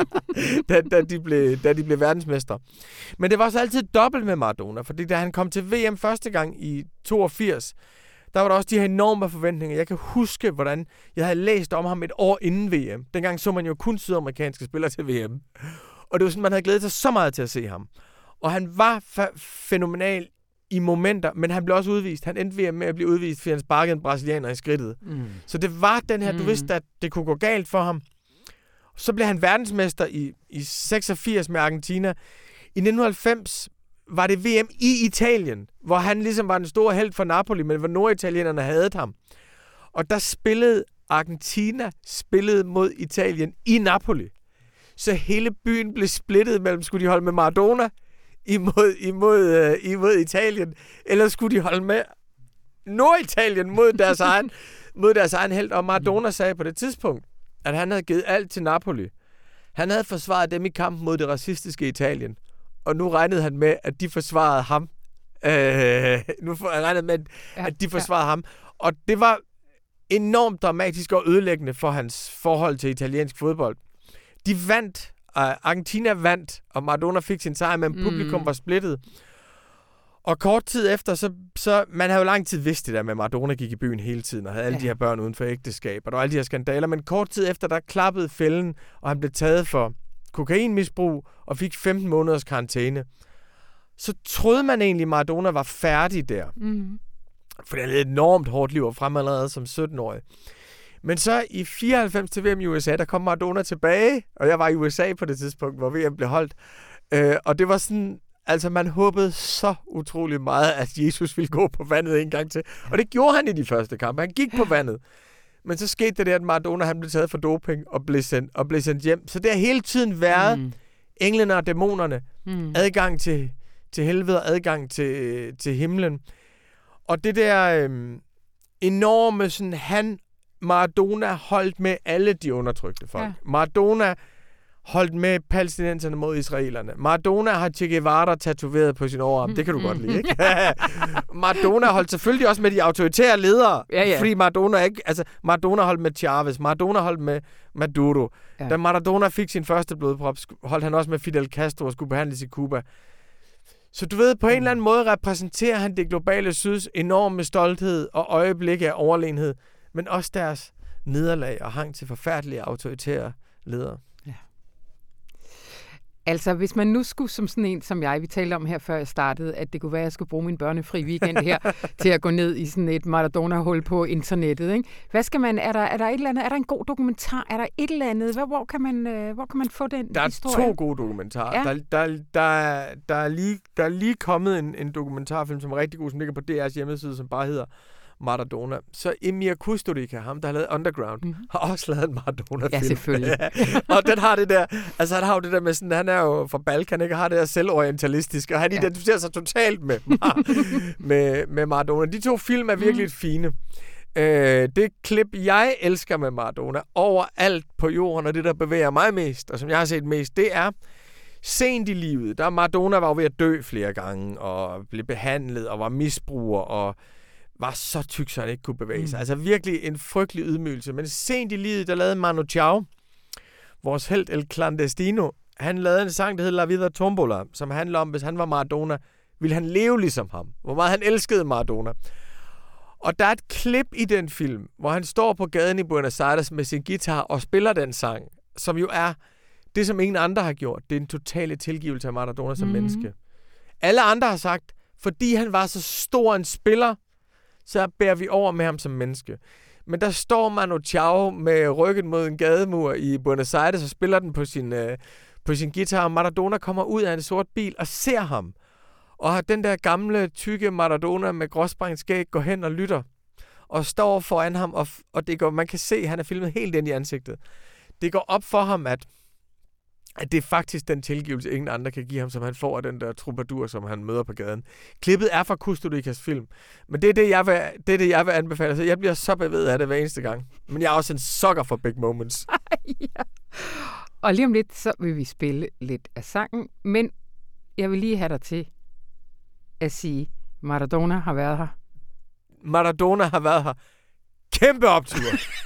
da de blev verdensmestre. Men det var så altid dobbelt med Maradona, fordi da han kom til VM første gang i 82, der var der også de her enorme forventninger. Jeg kan huske, hvordan jeg havde læst om ham et år inden VM. Dengang så man jo kun sydamerikanske spillere til VM. Og det var sådan, man havde glædet sig så meget til at se ham. Og han var fænomenal i momenter, men han blev også udvist. Han endte VM med at blive udvist, fordi han sparkede en brasilianer i skridtet. Så det var den her, du vidste, at det kunne gå galt for ham. Så blev han verdensmester i 86 med Argentina. I 1990 var det VM i Italien, hvor han ligesom var den store helt for Napoli, men hvor norditalienerne havde ham. Og der spillede Argentina mod Italien i Napoli. Så hele byen blev splittet mellem, skulle de holde med Maradona imod Italien, eller skulle de holde med Norditalien mod deres egen helt. Og Maradona sagde på det tidspunkt, at han havde givet alt til Napoli. Han havde forsvaret dem i kampen mod det racistiske Italien. Og nu regnede han med, at de forsvarede ham. Ham. Og det var enormt dramatisk og ødelæggende for hans forhold til italiensk fodbold. De vandt. Argentina vandt, og Maradona fik sin sejr, men publikum var splittet. Og kort tid efter, så man havde jo lang tid vidst det der med, Maradona gik i byen hele tiden, og havde alle de her børn uden for ægteskab, og der var alle de her skandaler, men kort tid efter, der klappede fælden, og han blev taget for kokainmisbrug, og fik 15 måneders karantæne. Så troede man egentlig, Maradona var færdig der. For det er et enormt hårdt liv, og frem allerede som 17-årig. Men så i 94 til VM i USA, der kom Maradona tilbage, og jeg var i USA på det tidspunkt, hvor VM blev holdt. Og det var sådan, altså man håbede så utrolig meget, at Jesus ville gå på vandet en gang til. Og det gjorde han i de første kampe. Han gik på vandet. Men så skete det der, at Maradona han blev taget for doping og blev sendt hjem. Så det har hele tiden været englene og dæmonerne. Adgang til helvede og adgang til himlen. Og det der enorme sådan, Maradona holdt med alle de undertrykte folk. Ja. Maradona holdt med palæstinenserne mod israelerne. Maradona har Che Guevara tatoveret på sin overarm. Det kan du godt lide, ikke? Maradona holdt selvfølgelig også med de autoritære ledere. Ja. Fordi Maradona holdt med Chavez. Maradona holdt med Maduro. Ja. Da Maradona fik sin første blodprop, holdt han også med Fidel Castro og skulle behandles i Cuba. Så du ved, på en eller anden måde repræsenterer han det globale syds enorme stolthed og øjeblikke af overlegenhed, men også deres nederlag og hang til forfærdelige autoritære ledere. Ja. Altså, hvis man nu skulle, som sådan en som vi talte om her før jeg startede, at det kunne være, at jeg skulle bruge min børnefri weekend her til at gå ned i sådan et Maradona-hul på internettet, ikke? Hvad skal man, er der et eller andet, er der en god dokumentar, er der et eller andet, hvor kan man få den historie? Der er 2 gode dokumentarer. Ja. Der er lige kommet en dokumentarfilm, som er rigtig god, som ligger på DR's hjemmeside, som bare hedder Maradona. Så Emir Kusturica, ham der har lavet Underground, har også lavet en Maradona-film. Ja, selvfølgelig. Ja. Og den har det der, altså han har jo det der med sådan, han er jo fra Balkan, ikke? Og har det der selvorientalistiske, og han identificerer sig totalt med Maradona. De 2 film er virkelig fine. Det klip, jeg elsker med Maradona, overalt på jorden, og det der bevæger mig mest, og som jeg har set mest, det er sent i livet. Der Maradona var jo ved at dø flere gange, og blev behandlet, og var misbruger, og var så tyk, så han ikke kunne bevæge sig. Altså virkelig en frygtelig ydmygelse. Men sent i livet, der lavede Manu Chao, vores helt El Clandestino, han lavede en sang, der hedder La Vida Tombola, som handler om, hvis han var Maradona, Ville han leve ligesom ham? Hvor meget han elskede Maradona? Og der er et klip i den film, hvor han står på gaden i Buenos Aires med sin guitar og spiller den sang, som jo er det, som ingen andre har gjort. Det er en totale tilgivelse af Maradona som menneske. Alle andre har sagt, fordi han var så stor en spiller, så bærer vi over med ham som menneske. Men der står Manu Chao med ryggen mod en gademur i Buenos Aires og spiller den på sin guitar, og Maradona kommer ud af en sort bil og ser ham. Og har den der gamle, tykke Maradona med gråsprængt skæg går hen og lytter. Og står foran ham, og det går, man kan se, at han er filmet helt ind i ansigtet. Det går op for ham, at det er faktisk den tilgivelse, ingen andre kan give ham, som han får af den der troubadour, som han møder på gaden. Klippet er fra Kusturikas film, men det er det, jeg vil anbefale. Så jeg bliver så bevæget af det hver eneste gang. Men jeg er også en sucker for big moments. Ja. Og lige om lidt, så vil vi spille lidt af sangen, men jeg vil lige have dig til at sige, Maradona har været her. Maradona har været her. Kæmpe optur!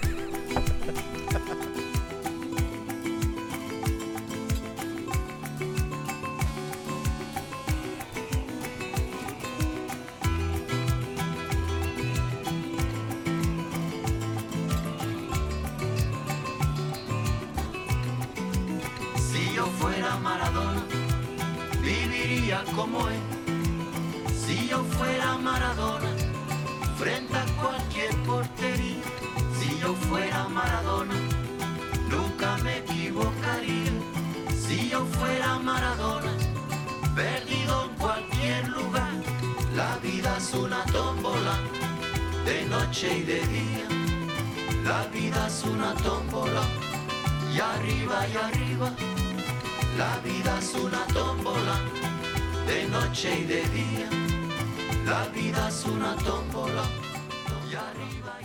Como él, si yo fuera Maradona, frente a cualquier portería, si yo fuera Maradona, nunca me equivocaría, si yo fuera Maradona, perdido en cualquier lugar, la vida es una tómbola, de noche y de día, la vida es una tómbola, y arriba, la vida es una tómbola, de noche y de día, la vida es una tómbola, y arriba,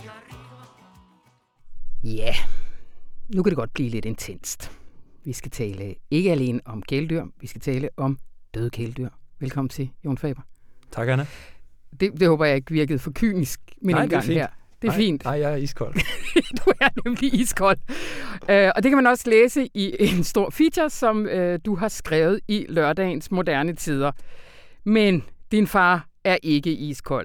Ja, nu kan det godt blive lidt intenst. Vi skal tale ikke alene om kæledyr, vi skal tale om døde kæledyr. Velkommen til, Jon Faber. Tak, Anna. Det håber jeg ikke virkede for kynisk med en gang her. Det er fint. Nej, jeg er iskold. Du er nemlig iskold. Og det kan man også læse i en stor feature, som du har skrevet i lørdagens Moderne Tider. Men din far er ikke iskold.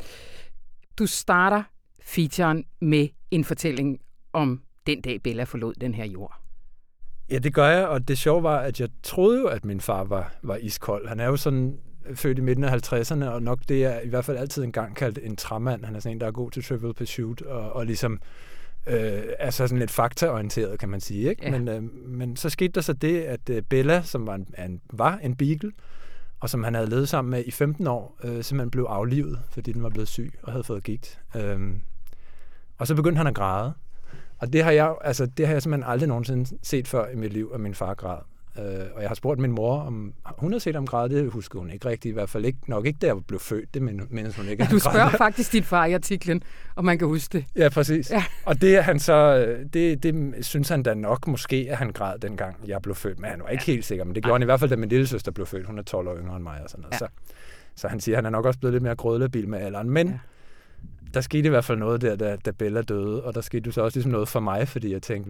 Du starter featuren med en fortælling om den dag, Bella forlod den her jord. Ja, det gør jeg, og det sjove var, at jeg troede jo, at min far var iskold. Han er jo sådan født i midten af 50'erne, og nok det er i hvert fald altid engang kaldt en træmand. Han er sådan en, der er god til Trivial Pursuit, og ligesom er så sådan lidt faktaorienteret, kan man sige. Ikke? Ja. Men så skete der så det, at Bella, som var en beagle, og som han havde levet sammen med i 15 år, simpelthen blev aflivet, fordi den var blevet syg og havde fået gigt. Og så begyndte han at græde. Og det har jeg simpelthen aldrig nogensinde set før i mit liv, at min far græd. Og jeg har spurgt min mor, om hun har set ham græde. Det husker hun ikke rigtigt. I hvert fald ikke, nok ikke, da jeg blev født. Det mindes hun ikke. Ja, du spørger faktisk dit far i artiklen, om man kan huske det. Ja, præcis. Ja. Og det er han så, det synes han da nok måske, at han græd dengang jeg blev født. Men han var ikke helt sikker. Men det gjorde han i hvert fald, da min lille søster blev født. Hun er 12 år yngre end mig og sådan noget. Ja. Så han siger, at han er nok også blevet lidt mere grødlabil med alderen. Men der skete i hvert fald noget der, da Bella døde. Og der skete jo så også ligesom noget for mig, fordi jeg tænkte,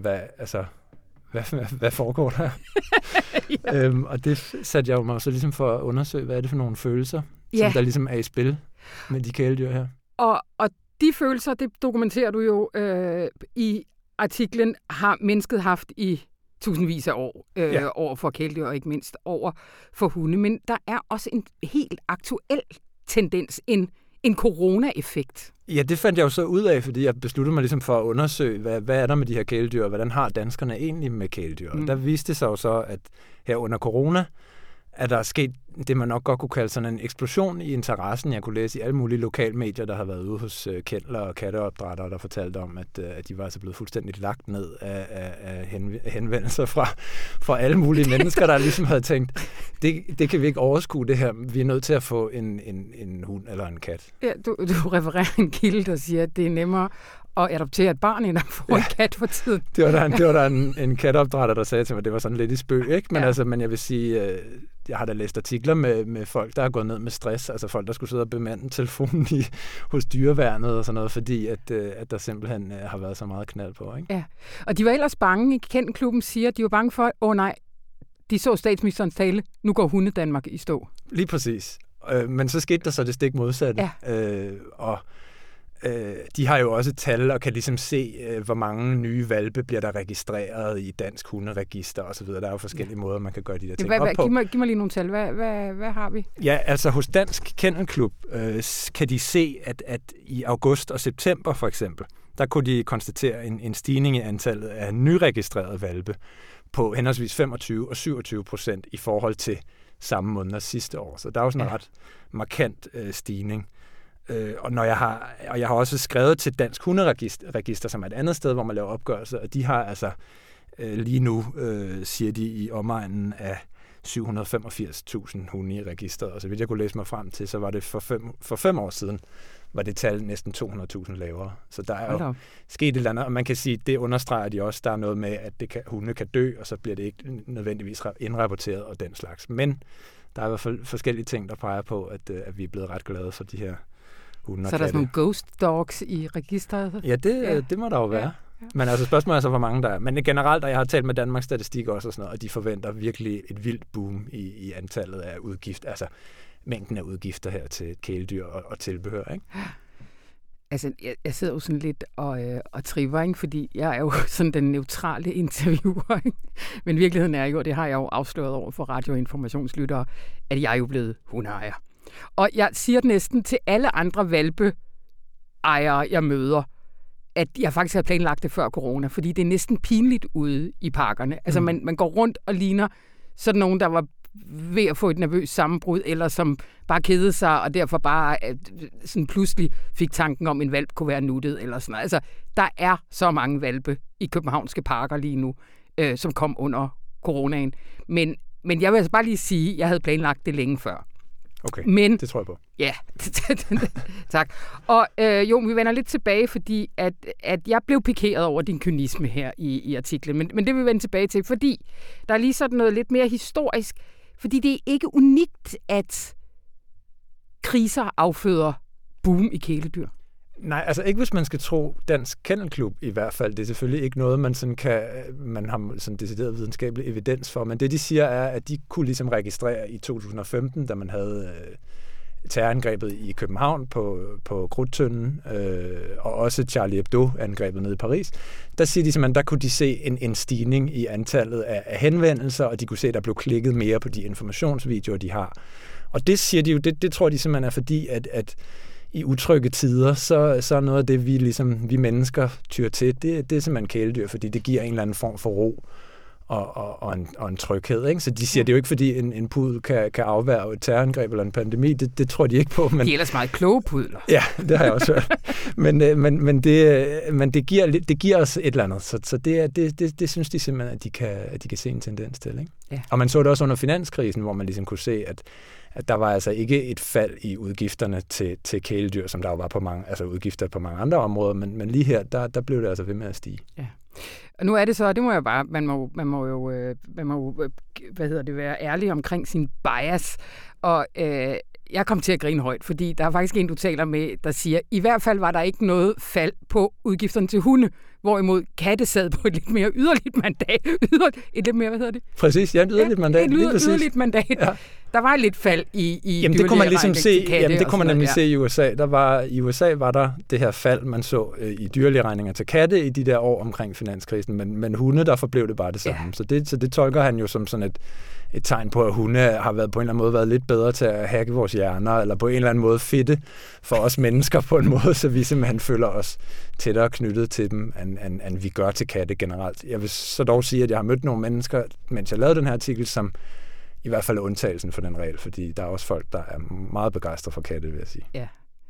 hvad foregår der? Ja. Og det satte jeg jo mig så ligesom for at undersøge, hvad er det for nogle følelser, som der ligesom er i spil med de kæledyr her. Og de følelser, det dokumenterer du jo i artiklen, har mennesket haft i tusindvis af år over for kæledyr, og ikke mindst over for hunde. Men der er også en helt aktuel tendens, en corona-effekt. Ja, det fandt jeg jo så ud af, fordi jeg besluttede mig ligesom for at undersøge, hvad er der med de her kæledyr, og hvordan har danskerne egentlig med kæledyr. Og der viste det sig jo så, at her under corona, at der er sket det, man nok godt kunne kalde sådan en eksplosion i interessen. Jeg kunne læse i alle mulige lokalmedier, der har været ude hos kendler og katteopdrættere, der fortalte om, at de var altså blevet fuldstændig lagt ned af henvendelser fra alle mulige mennesker, der ligesom havde tænkt, det kan vi ikke overskue det her. Vi er nødt til at få en hund eller en kat. Ja, du refererer en kilde, der siger, at det er nemmere at adoptere et barn, end at få en kat for tiden. Det var der en katteopdrætter, der sagde til mig, det var sådan lidt i spøg, ikke? Men men jeg vil sige, jeg har da læst artikler med folk, der er gået ned med stress, altså folk, der skulle sidde og bemande telefonen hos dyreværnet og sådan noget, fordi at der simpelthen har været så meget knald på, ikke? Ja, og de var ellers bange. Kendenklubben siger, at de var bange for, nej, de så statsministerens tale, nu går hunde Danmark i stå. Lige præcis. Men så skete der så det stik modsatte. Ja. De har jo også tal og kan ligesom se, hvor mange nye hvalpe bliver der registreret i Dansk Hunderegister osv. Der er jo forskellige måder, man kan gøre de der ting op på. Giv mig lige nogle tal. Hvad har vi? Ja, altså hos Dansk Kennelklub kan de se, at i august og september for eksempel, der kunne de konstatere en stigning i antallet af nyregistrerede hvalpe på henholdsvis 25% og 27% i forhold til samme måneder sidste år. Så der er jo sådan en ret markant stigning. Og jeg har også skrevet til Dansk Hunderegister, som er et andet sted, hvor man laver opgørelser, og de har altså lige nu, siger de, i omegnen af 785.000 hunde i registret. Og så vidt jeg kunne læse mig frem til, så var det for 5 år siden, var det tal næsten 200.000 lavere. Så der er jo sket et eller andet, og man kan sige, det understreger de også, der er noget med, at hunde kan dø, og så bliver det ikke nødvendigvis indrapporteret og den slags. Men der er i hvert fald forskellige ting, der peger på, at vi er blevet ret glade for de her hunde. Så er der sådan nogle ghost dogs i registret? Ja, det må der jo være. Ja. Men altså spørgsmålet er så, hvor mange der er. Men generelt, og jeg har talt med Danmarks Statistik også og sådan noget, og de forventer virkelig et vildt boom i antallet af udgifter, altså mængden af udgifter her til kæledyr og tilbehør, ikke? Altså, jeg sidder jo sådan lidt og triver, ikke? Fordi jeg er jo sådan den neutrale interviewer, ikke? Men virkeligheden er jo, og det har jeg jo afsløret over for radioinformationslyttere, at jeg er jo blevet hundeejer. Og jeg siger det næsten til alle andre hvalpeejere, jeg møder, at jeg faktisk havde planlagt det før corona, fordi det er næsten pinligt ude i parkerne. Altså, man går rundt og ligner sådan nogen, der var ved at få et nervøst sammenbrud, eller som bare kedede sig, og derfor bare sådan pludselig fik tanken om, en hvalp kunne være nuttet, eller sådan noget. Altså, der er så mange hvalpe i københavnske parker lige nu, som kom under coronaen. Men jeg vil altså bare lige sige, at jeg havde planlagt det længe før. Okay, men, det tror jeg på. Ja, tak. Og vi vender lidt tilbage, fordi at jeg blev pikeret over din kynisme her i artiklen, men det vil vi vende tilbage til, fordi der er lige sådan noget lidt mere historisk, fordi det er ikke unikt, at kriser afføder boom i kæledyr. Nej, altså ikke hvis man skal tro Dansk Kennelklub i hvert fald. Det er selvfølgelig ikke noget, man har sådan decideret videnskabelig evidens for, men det de siger er, at de kunne ligesom registrere i 2015, da man havde terrorangrebet i København på Krudttønden, og også Charlie Hebdo-angrebet nede i Paris, der siger de simpelthen, der kunne de se en stigning i antallet af henvendelser, og de kunne se, at der blev klikket mere på de informationsvideoer, de har. Og det siger de jo, det tror de simpelthen er fordi, at i utrygge tider, så er noget af det, vi mennesker tyr til, det er simpelthen kæledyr, fordi det giver en eller anden form for ro og en tryghed. Ikke? Så de siger, det er jo ikke, fordi en pudel kan afværge et terrorangreb eller en pandemi. Det tror de ikke på. Men... De er ellers meget kloge pudler. Ja, det har jeg også hørt. men det giver os et eller andet. Så det synes de simpelthen, at de kan se en tendens til. Ikke? Ja. Og man så det også under finanskrisen, hvor man ligesom kunne se, at der var altså ikke et fald i udgifterne til kæledyr, som der jo var på mange, altså udgifter på mange andre områder, men lige her, der blev det altså ved med at stige. Ja. Og nu er det så, det må jeg bare, man må jo være ærlig omkring sin bias, og jeg kom til at grine højt, fordi der er faktisk en, du taler med, der siger, i hvert fald var der ikke noget fald på udgifterne til hunde, hvorimod katte sad på et lidt mere yderligt mandat. Et lidt mere, hvad hedder det? Præcis, ja, et yderligt mandat. Et yderligt mandat. Ja. Der var lidt fald i jamen, det kunne man ligesom se. Jamen, det kunne man nemlig se i USA. I USA var der det her fald, man så i dyrlægeregninger til katte i de der år omkring finanskrisen, men hunde, der forblev det bare det samme. Ja. Så det tolker han jo som sådan et tegn på, at hunde har været på en eller anden måde været lidt bedre til at hacke vores hjerner, eller på en eller anden måde fedte for os mennesker på en måde, så vi simpelthen føler os tættere knyttet til dem, end vi gør til katte generelt. Jeg vil så dog sige, at jeg har mødt nogle mennesker, mens jeg lavede den her artikel, som i hvert fald er undtagelsen for den regel, fordi der er også folk, der er meget begejstrede for katte, vil jeg sige. Ja.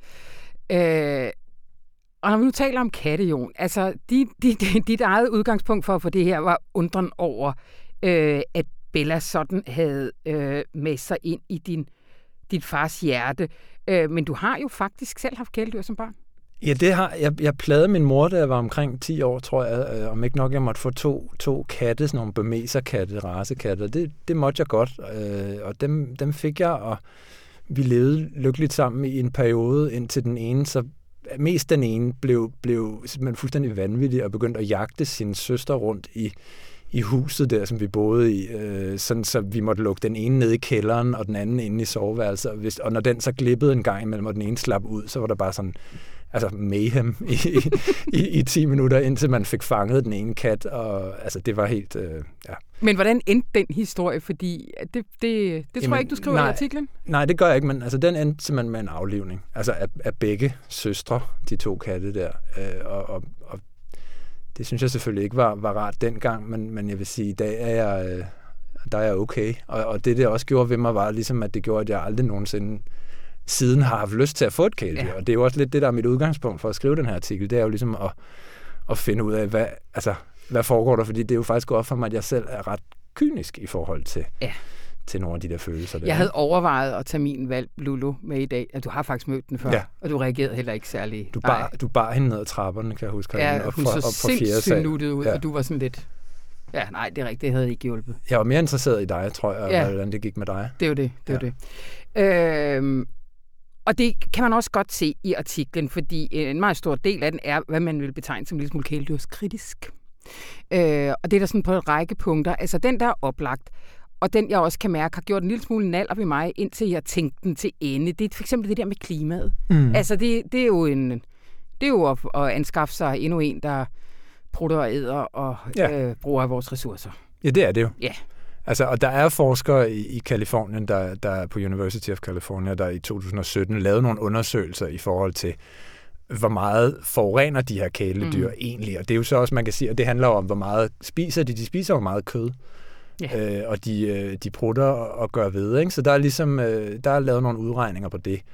Og når vi nu taler om katte, Jon, altså dit eget udgangspunkt for at få det her var undren over, at Bella sådan havde med sig ind i dit fars hjerte. Men du har jo faktisk selv haft kæledyr som barn. Ja, det har jeg plagede min mor, da jeg var omkring 10 år, tror jeg, om ikke nok jeg måtte få to katte, sådan nogle burmeserkatte, racekatte, det måtte jeg godt, og dem fik jeg, og vi levede lykkeligt sammen i en periode, indtil den ene, så mest den ene blev simpelthen fuldstændig vanvittig og begyndte at jagte sin søster rundt i huset der, som vi boede i, sådan så vi måtte lukke den ene ned i kælderen, og den anden inde i soveværelset. Og når den så glippede en gang imellem, og den ene slap ud, så var der bare sådan mayhem i 10 minutter, indtil man fik fanget den ene kat, og altså det var helt, ja. Men hvordan endte den historie? Fordi det tror jeg ikke, du skriver i artiklen. Nej, det gør jeg ikke, men altså, den endte simpelthen med en aflivning. Altså af begge søstre, de 2 katte der. Og det synes jeg selvfølgelig ikke var rart dengang, men jeg vil sige, i dag der er jeg okay. Og det også gjorde ved mig, var ligesom, at det gjorde, at jeg aldrig nogensinde siden har haft lyst til at få et kæledyr. Ja. Og det er jo også lidt det, der er mit udgangspunkt for at skrive den her artikel. Det er jo ligesom at finde ud af, hvad foregår der, fordi det er jo faktisk gået op for mig, at jeg selv er ret kynisk i forhold til nogle af de der følelser. Der. Jeg havde overvejet at tage min valg Lulu med i dag, og du har faktisk mødt den før, og du reagerede heller ikke særlig. Du bar hende ned ad trapperne, kan jeg huske. Ja, hun så sindssygt nuttet ud, og du var sådan lidt... Ja, nej, det er rigtigt, det havde ikke hjulpet. Jeg var mere interesseret i dig, tror jeg, hvordan det gik med dig. Det er jo det. Og det kan man også godt se i artiklen, fordi en meget stor del af den er, hvad man vil betegne som en lille smule kæledyrskritisk. Og det er der sådan på en række punkter. Altså den, der er oplagt, og den, jeg også kan mærke, har gjort en lille smule naller ved mig, indtil jeg tænkte den til ende. Det er for eksempel det der med klimaet. Altså det er jo at anskaffe sig endnu en, der prutter og æder og bruger af vores ressourcer. Ja, det er det jo. Ja. Altså, og der er forskere i Kalifornien, der på University of California, der i 2017 lavede nogle undersøgelser i forhold til, hvor meget forurener de her kæledyr egentlig. Og det er jo så også, man kan sige, at det handler om, hvor meget spiser de. De spiser jo meget kød. Ja. Og de prutter og gør ved. Ikke? Så der er ligesom, der er lavet nogle udregninger på det.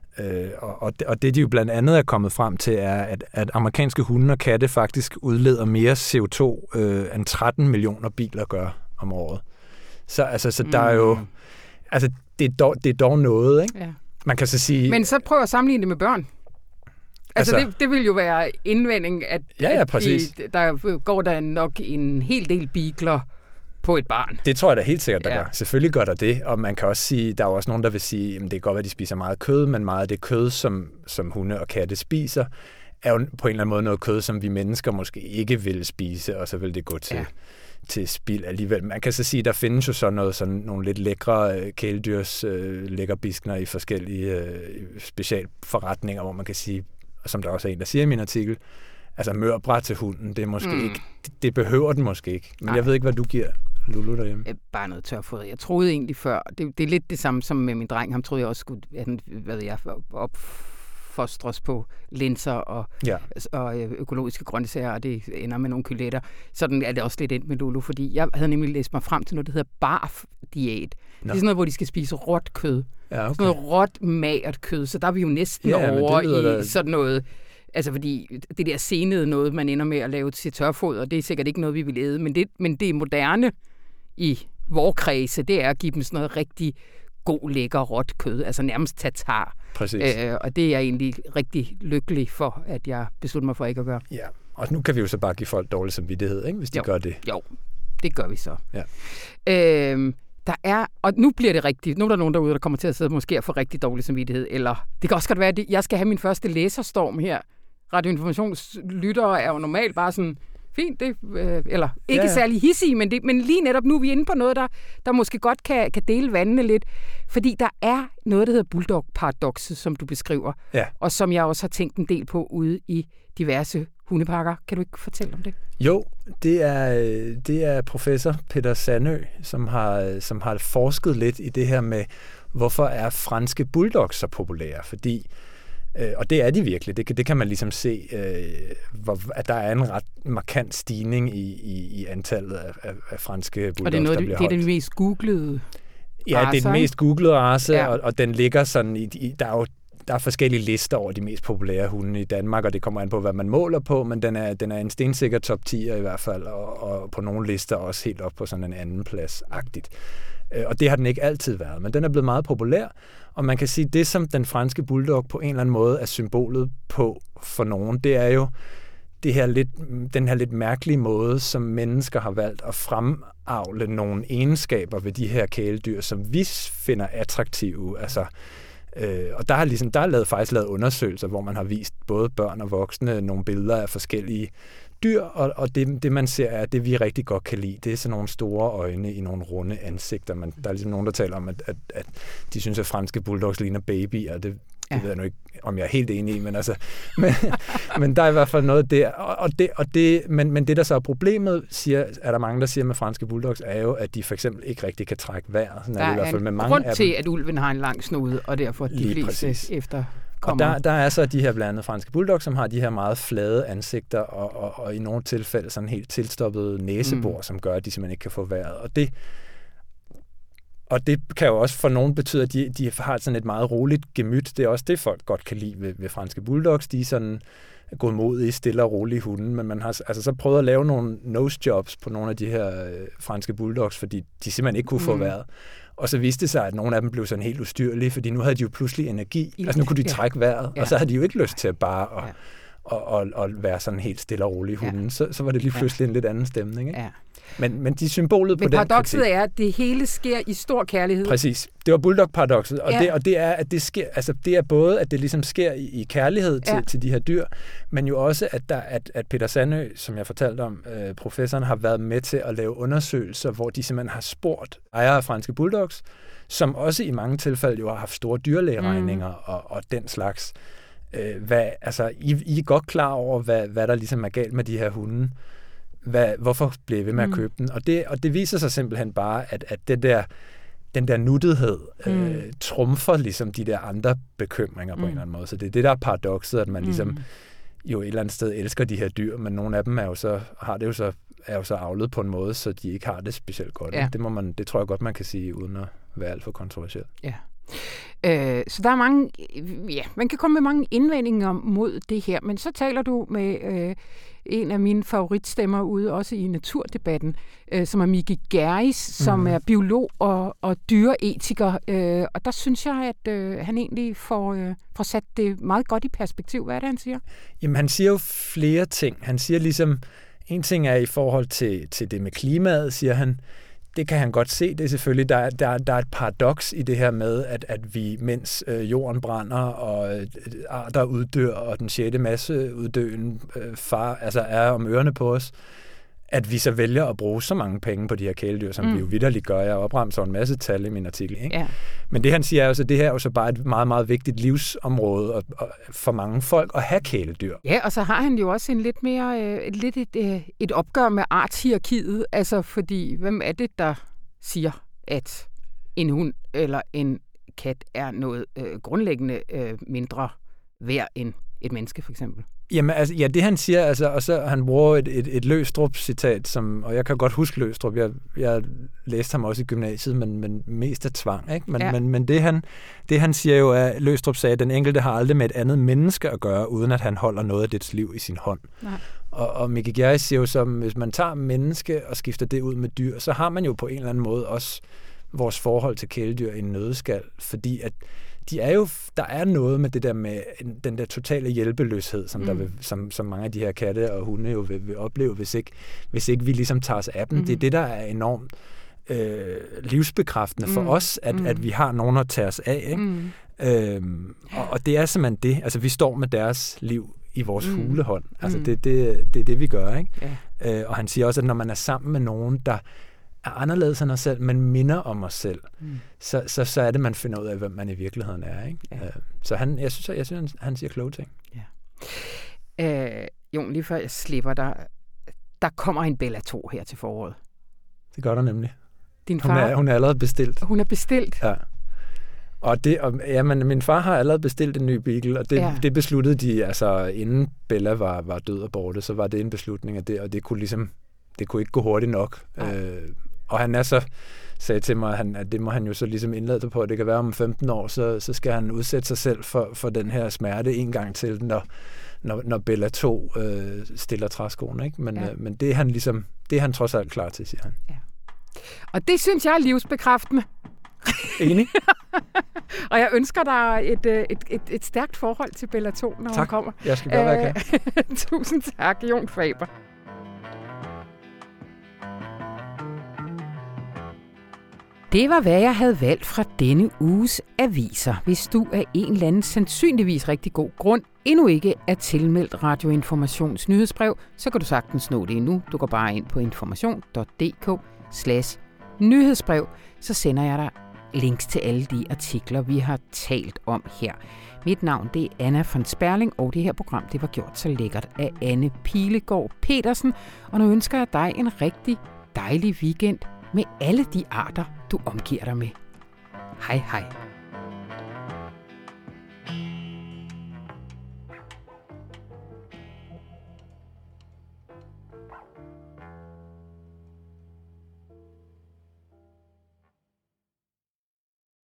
Og det, de jo blandt andet er kommet frem til, er, at amerikanske hunde og katte faktisk udleder mere CO2, end 13 millioner biler gør om året. Så der er jo... Altså, det er dog noget, ikke? Ja. Man kan så sige... Men så prøv at sammenligne det med børn. Altså det vil jo være indvending, at der går der nok en hel del bikler på et barn. Det tror jeg da helt sikkert, der gør. Selvfølgelig gør der det, og man kan også sige, der er også nogen, der vil sige, at det kan godt være, at de spiser meget kød, men meget af det kød, som hunde og katte spiser, er jo på en eller anden måde noget kød, som vi mennesker måske ikke vil spise, og så vil det gå til spild alligevel. Man kan så sige, at der findes jo sådan nogle lidt lækre kæledyrs lækkerbiskner i forskellige specialforretninger, hvor man kan sige, som der også er en, der siger i min artikel, altså mørbræt til hunden, det er måske ikke, det behøver den måske ikke. Men jeg ved ikke, hvad du giver Lulu derhjemme. Bare noget tørfoder. Jeg troede egentlig før, det er lidt det samme som med min dreng, ham troede jeg også skulle, opfostres på linser og økologiske grøntsager, og det ender med nogle kyletter. Sådan er det også lidt endt med Lulu, fordi jeg havde nemlig læst mig frem til noget, der hedder BARF-diæt. Det er sådan noget, hvor de skal spise råt kød. Ja, okay. Sådan noget råt, magert kød, så der er vi jo næsten over i sådan noget. Altså fordi det der senede noget, man ender med at lave til tørfoder, det er sikkert ikke noget, vi vil æde, men det er moderne i vores kredse, det er at give dem sådan noget rigtig god, lækker, råt kød, altså nærmest tatar. Præcis. Og det er jeg egentlig rigtig lykkelig for, at jeg beslutter mig for ikke at gøre. Ja, og nu kan vi jo så bare give folk dårlig samvittighed, ikke, hvis de gør det. Jo, det gør vi så. Ja. Der er, og nu bliver det rigtigt, nu er der nogen derude, der kommer til at sidde måske og få rigtig dårlig samvittighed, eller det kan også godt være, at jeg skal have min første læserstorm her. Radioinformationslyttere er jo normalt bare sådan, fint, eller ikke særlig hissige, men lige netop nu er vi inde på noget, der måske godt kan dele vandene lidt, fordi der er noget, der hedder bulldog-paradokset, som du beskriver, og som jeg også har tænkt en del på ude i diverse hundeparker. Kan du ikke fortælle om det? Jo, det er professor Peter Sandø, som har forsket lidt i det her med, hvorfor er franske bulldogs så populære, fordi og det er de virkelig. Det kan man ligesom se, at der er en ret markant stigning i antallet af franske bulldogs, og det er den mest googlede race. Ja, det er den mest googlede race, og den ligger sådan der er forskellige lister over de mest populære hunde i Danmark, og det kommer an på, hvad man måler på, men den er en stensikker top 10'er i hvert fald, og på nogle lister også helt op på sådan en anden plads-agtigt. Og det har den ikke altid været, men den er blevet meget populær, og man kan sige, at det, som den franske bulldog på en eller anden måde er symbolet på for nogen, det er jo den her lidt mærkelige måde, som mennesker har valgt at fremavle nogle egenskaber ved de her kæledyr, som vi finder attraktive. Altså, og der er faktisk lavet undersøgelser, hvor man har vist både børn og voksne nogle billeder af forskellige dyr, og det man ser er, det vi rigtig godt kan lide, det er sådan nogle store øjne i nogle runde ansigter. Der er ligesom nogen, der taler om, at de synes, at franske bulldogs ligner babyer, og det ved jeg nu ikke, om jeg er helt enig i, men altså, men der er i hvert fald noget der, men det der så er problemet, er der mange, der siger med franske bulldogs, er jo, at de for eksempel ikke rigtig kan trække vejret. Sådan der er i hvert fald med mange grund til, at ulven har en lang snude, og derfor de fleste efter kommer. Og der er så de her blandt andet franske bulldogs, som har de her meget flade ansigter, og i nogle tilfælde sådan helt tilstoppede næsebor, som gør, at de simpelthen ikke kan få vejret. Og det kan jo også for nogen betyde, at de har sådan et meget roligt gemyt. Det er også det, folk godt kan lide ved franske bulldogs. De er sådan godmodige, stille og rolige hunde, men man har altså så prøvet at lave nogle nose jobs på nogle af de her franske bulldogs, fordi de simpelthen ikke kunne få vejret. Og så viste det sig, at nogle af dem blev sådan helt ustyrlige, fordi nu havde de jo pludselig energi. Altså nu kunne de trække vejret, og så havde de jo ikke lyst til at bare og være sådan helt stille og rolige hunde. Så var det lige pludselig en lidt anden stemning, ikke? Ja. Men de symbolet på den kritik. Paradokset er, at det hele sker i stor kærlighed. Præcis. Det var bulldog-paradokset. Og det er, at det sker, altså det er både, at det ligesom sker i kærlighed til de her dyr, men jo også, at Peter Sandø, som jeg fortalte om, professoren, har været med til at lave undersøgelser, hvor de simpelthen har spurgt ejere af franske bulldogs, som også i mange tilfælde jo har haft store dyrlægeregninger og den slags. I er godt klar over, hvad der ligesom er galt med de her hunde. Hvorfor bliver vi ved med at købe den? Og det viser sig simpelthen bare, at den der nuttighed trumfer ligesom de der andre bekymringer på en eller anden måde. Så det er det, der er paradokset, at man ligesom jo et eller andet sted elsker de her dyr, men nogle af dem er jo så avlet på en måde, så de ikke har det specielt godt. Ja. Det tror jeg godt, man kan sige, uden at være alt for kontroversiel. Ja. Så der er mange, man kan komme med mange indvendinger mod det her, men så taler du med en af mine favoritstemmer ude, også i naturdebatten, som er Miki Geergis, som er biolog og dyreetiker, og der synes jeg, at han egentlig får sat det meget godt i perspektiv. Hvad er det, han siger? Jamen, han siger jo flere ting. Han siger ligesom, en ting er i forhold til det med klimaet, siger han. Det kan han godt se. Det er selvfølgelig, der er et paradoks i det her med, at vi, mens jorden brænder, og arter uddør, og den 6. masseuddøen er om ørerne på os, at vi så vælger at bruge så mange penge på de her kæledyr, som vi jo vitterligt gør. Jeg opremser en masse tal i min artikel. Ikke? Ja. Men det han siger er jo så, det her er jo så bare et meget, meget vigtigt livsområde og for mange folk at have kæledyr. Ja, og så har han jo også en lidt mere et opgør med artshierarkiet. Altså fordi, hvem er det, der siger, at en hund eller en kat er noget grundlæggende mindre værd end et menneske, for eksempel? Jamen, altså, ja, det han siger, altså, og så han bruger et Løgstrup-citat, og jeg kan godt huske Løgstrup, jeg læste ham også i gymnasiet, men mest af tvang, ikke? Men det han siger jo, er, Løgstrup sagde, at den enkelte har aldrig med et andet menneske at gøre, uden at han holder noget af dets liv i sin hånd. Nej. Og Miki Geergis siger jo, som hvis man tager menneske og skifter det ud med dyr, så har man jo på en eller anden måde også vores forhold til kæledyr i en nøddeskal, fordi at der er noget med det der med den der totale hjælpeløshed, som mange af de her katte og hunde jo vil opleve, hvis ikke vi ligesom tager os af dem. Det er det, der er enormt livsbekræftende for os, at vi har nogen at tage os af. Ikke? Og det er simpelthen det. Altså, vi står med deres liv i vores hulehånd. Altså, det er det, vi gør. Ikke? Ja. Og han siger også, at når man er sammen med nogen, der er anderledes end os selv, men minder om os selv, så er det, man finder ud af, hvem man i virkeligheden er. Ikke? Ja. Så jeg synes, han siger kloge ting. Ja. Jon, lige før jeg slipper dig, der kommer en Bella 2 her til foråret. Det gør der nemlig. Din far? Hun er allerede bestilt. Hun er bestilt? Ja. Men min far har allerede bestilt en ny beagle, og det besluttede de, altså inden Bella var død og borte, så var det en beslutning af det, og det kunne ikke gå hurtigt nok. Og han sagde til mig, at det må han jo så ligesom indlade på, at det kan være om 15 år, så skal han udsætte sig selv for den her smerte en gang til, når Bella 2 stiller træskoen. Ikke? Men det er han trods alt klar til, siger han. Ja. Og det synes jeg er livsbekræftende. Enig. Og jeg ønsker dig et stærkt forhold til Bella 2, når hun kommer. Jeg skal gøre, hvad jeg kan. Tusind tak, Jon Faber. Det var, hvad jeg havde valgt fra denne uges aviser. Hvis du af en eller anden sandsynligvis rigtig god grund endnu ikke er tilmeldt Radio Informations nyhedsbrev, så kan du sagtens nå det endnu. Du går bare ind på information.dk/nyhedsbrev, så sender jeg dig links til alle de artikler, vi har talt om her. Mit navn det er Anna von Sperling, og det her program det var gjort så lækkert af Anne Pilegaard Petersen. Og nu ønsker jeg dig en rigtig dejlig weekend med alle de arter, du omgiver dig med. Hej hej.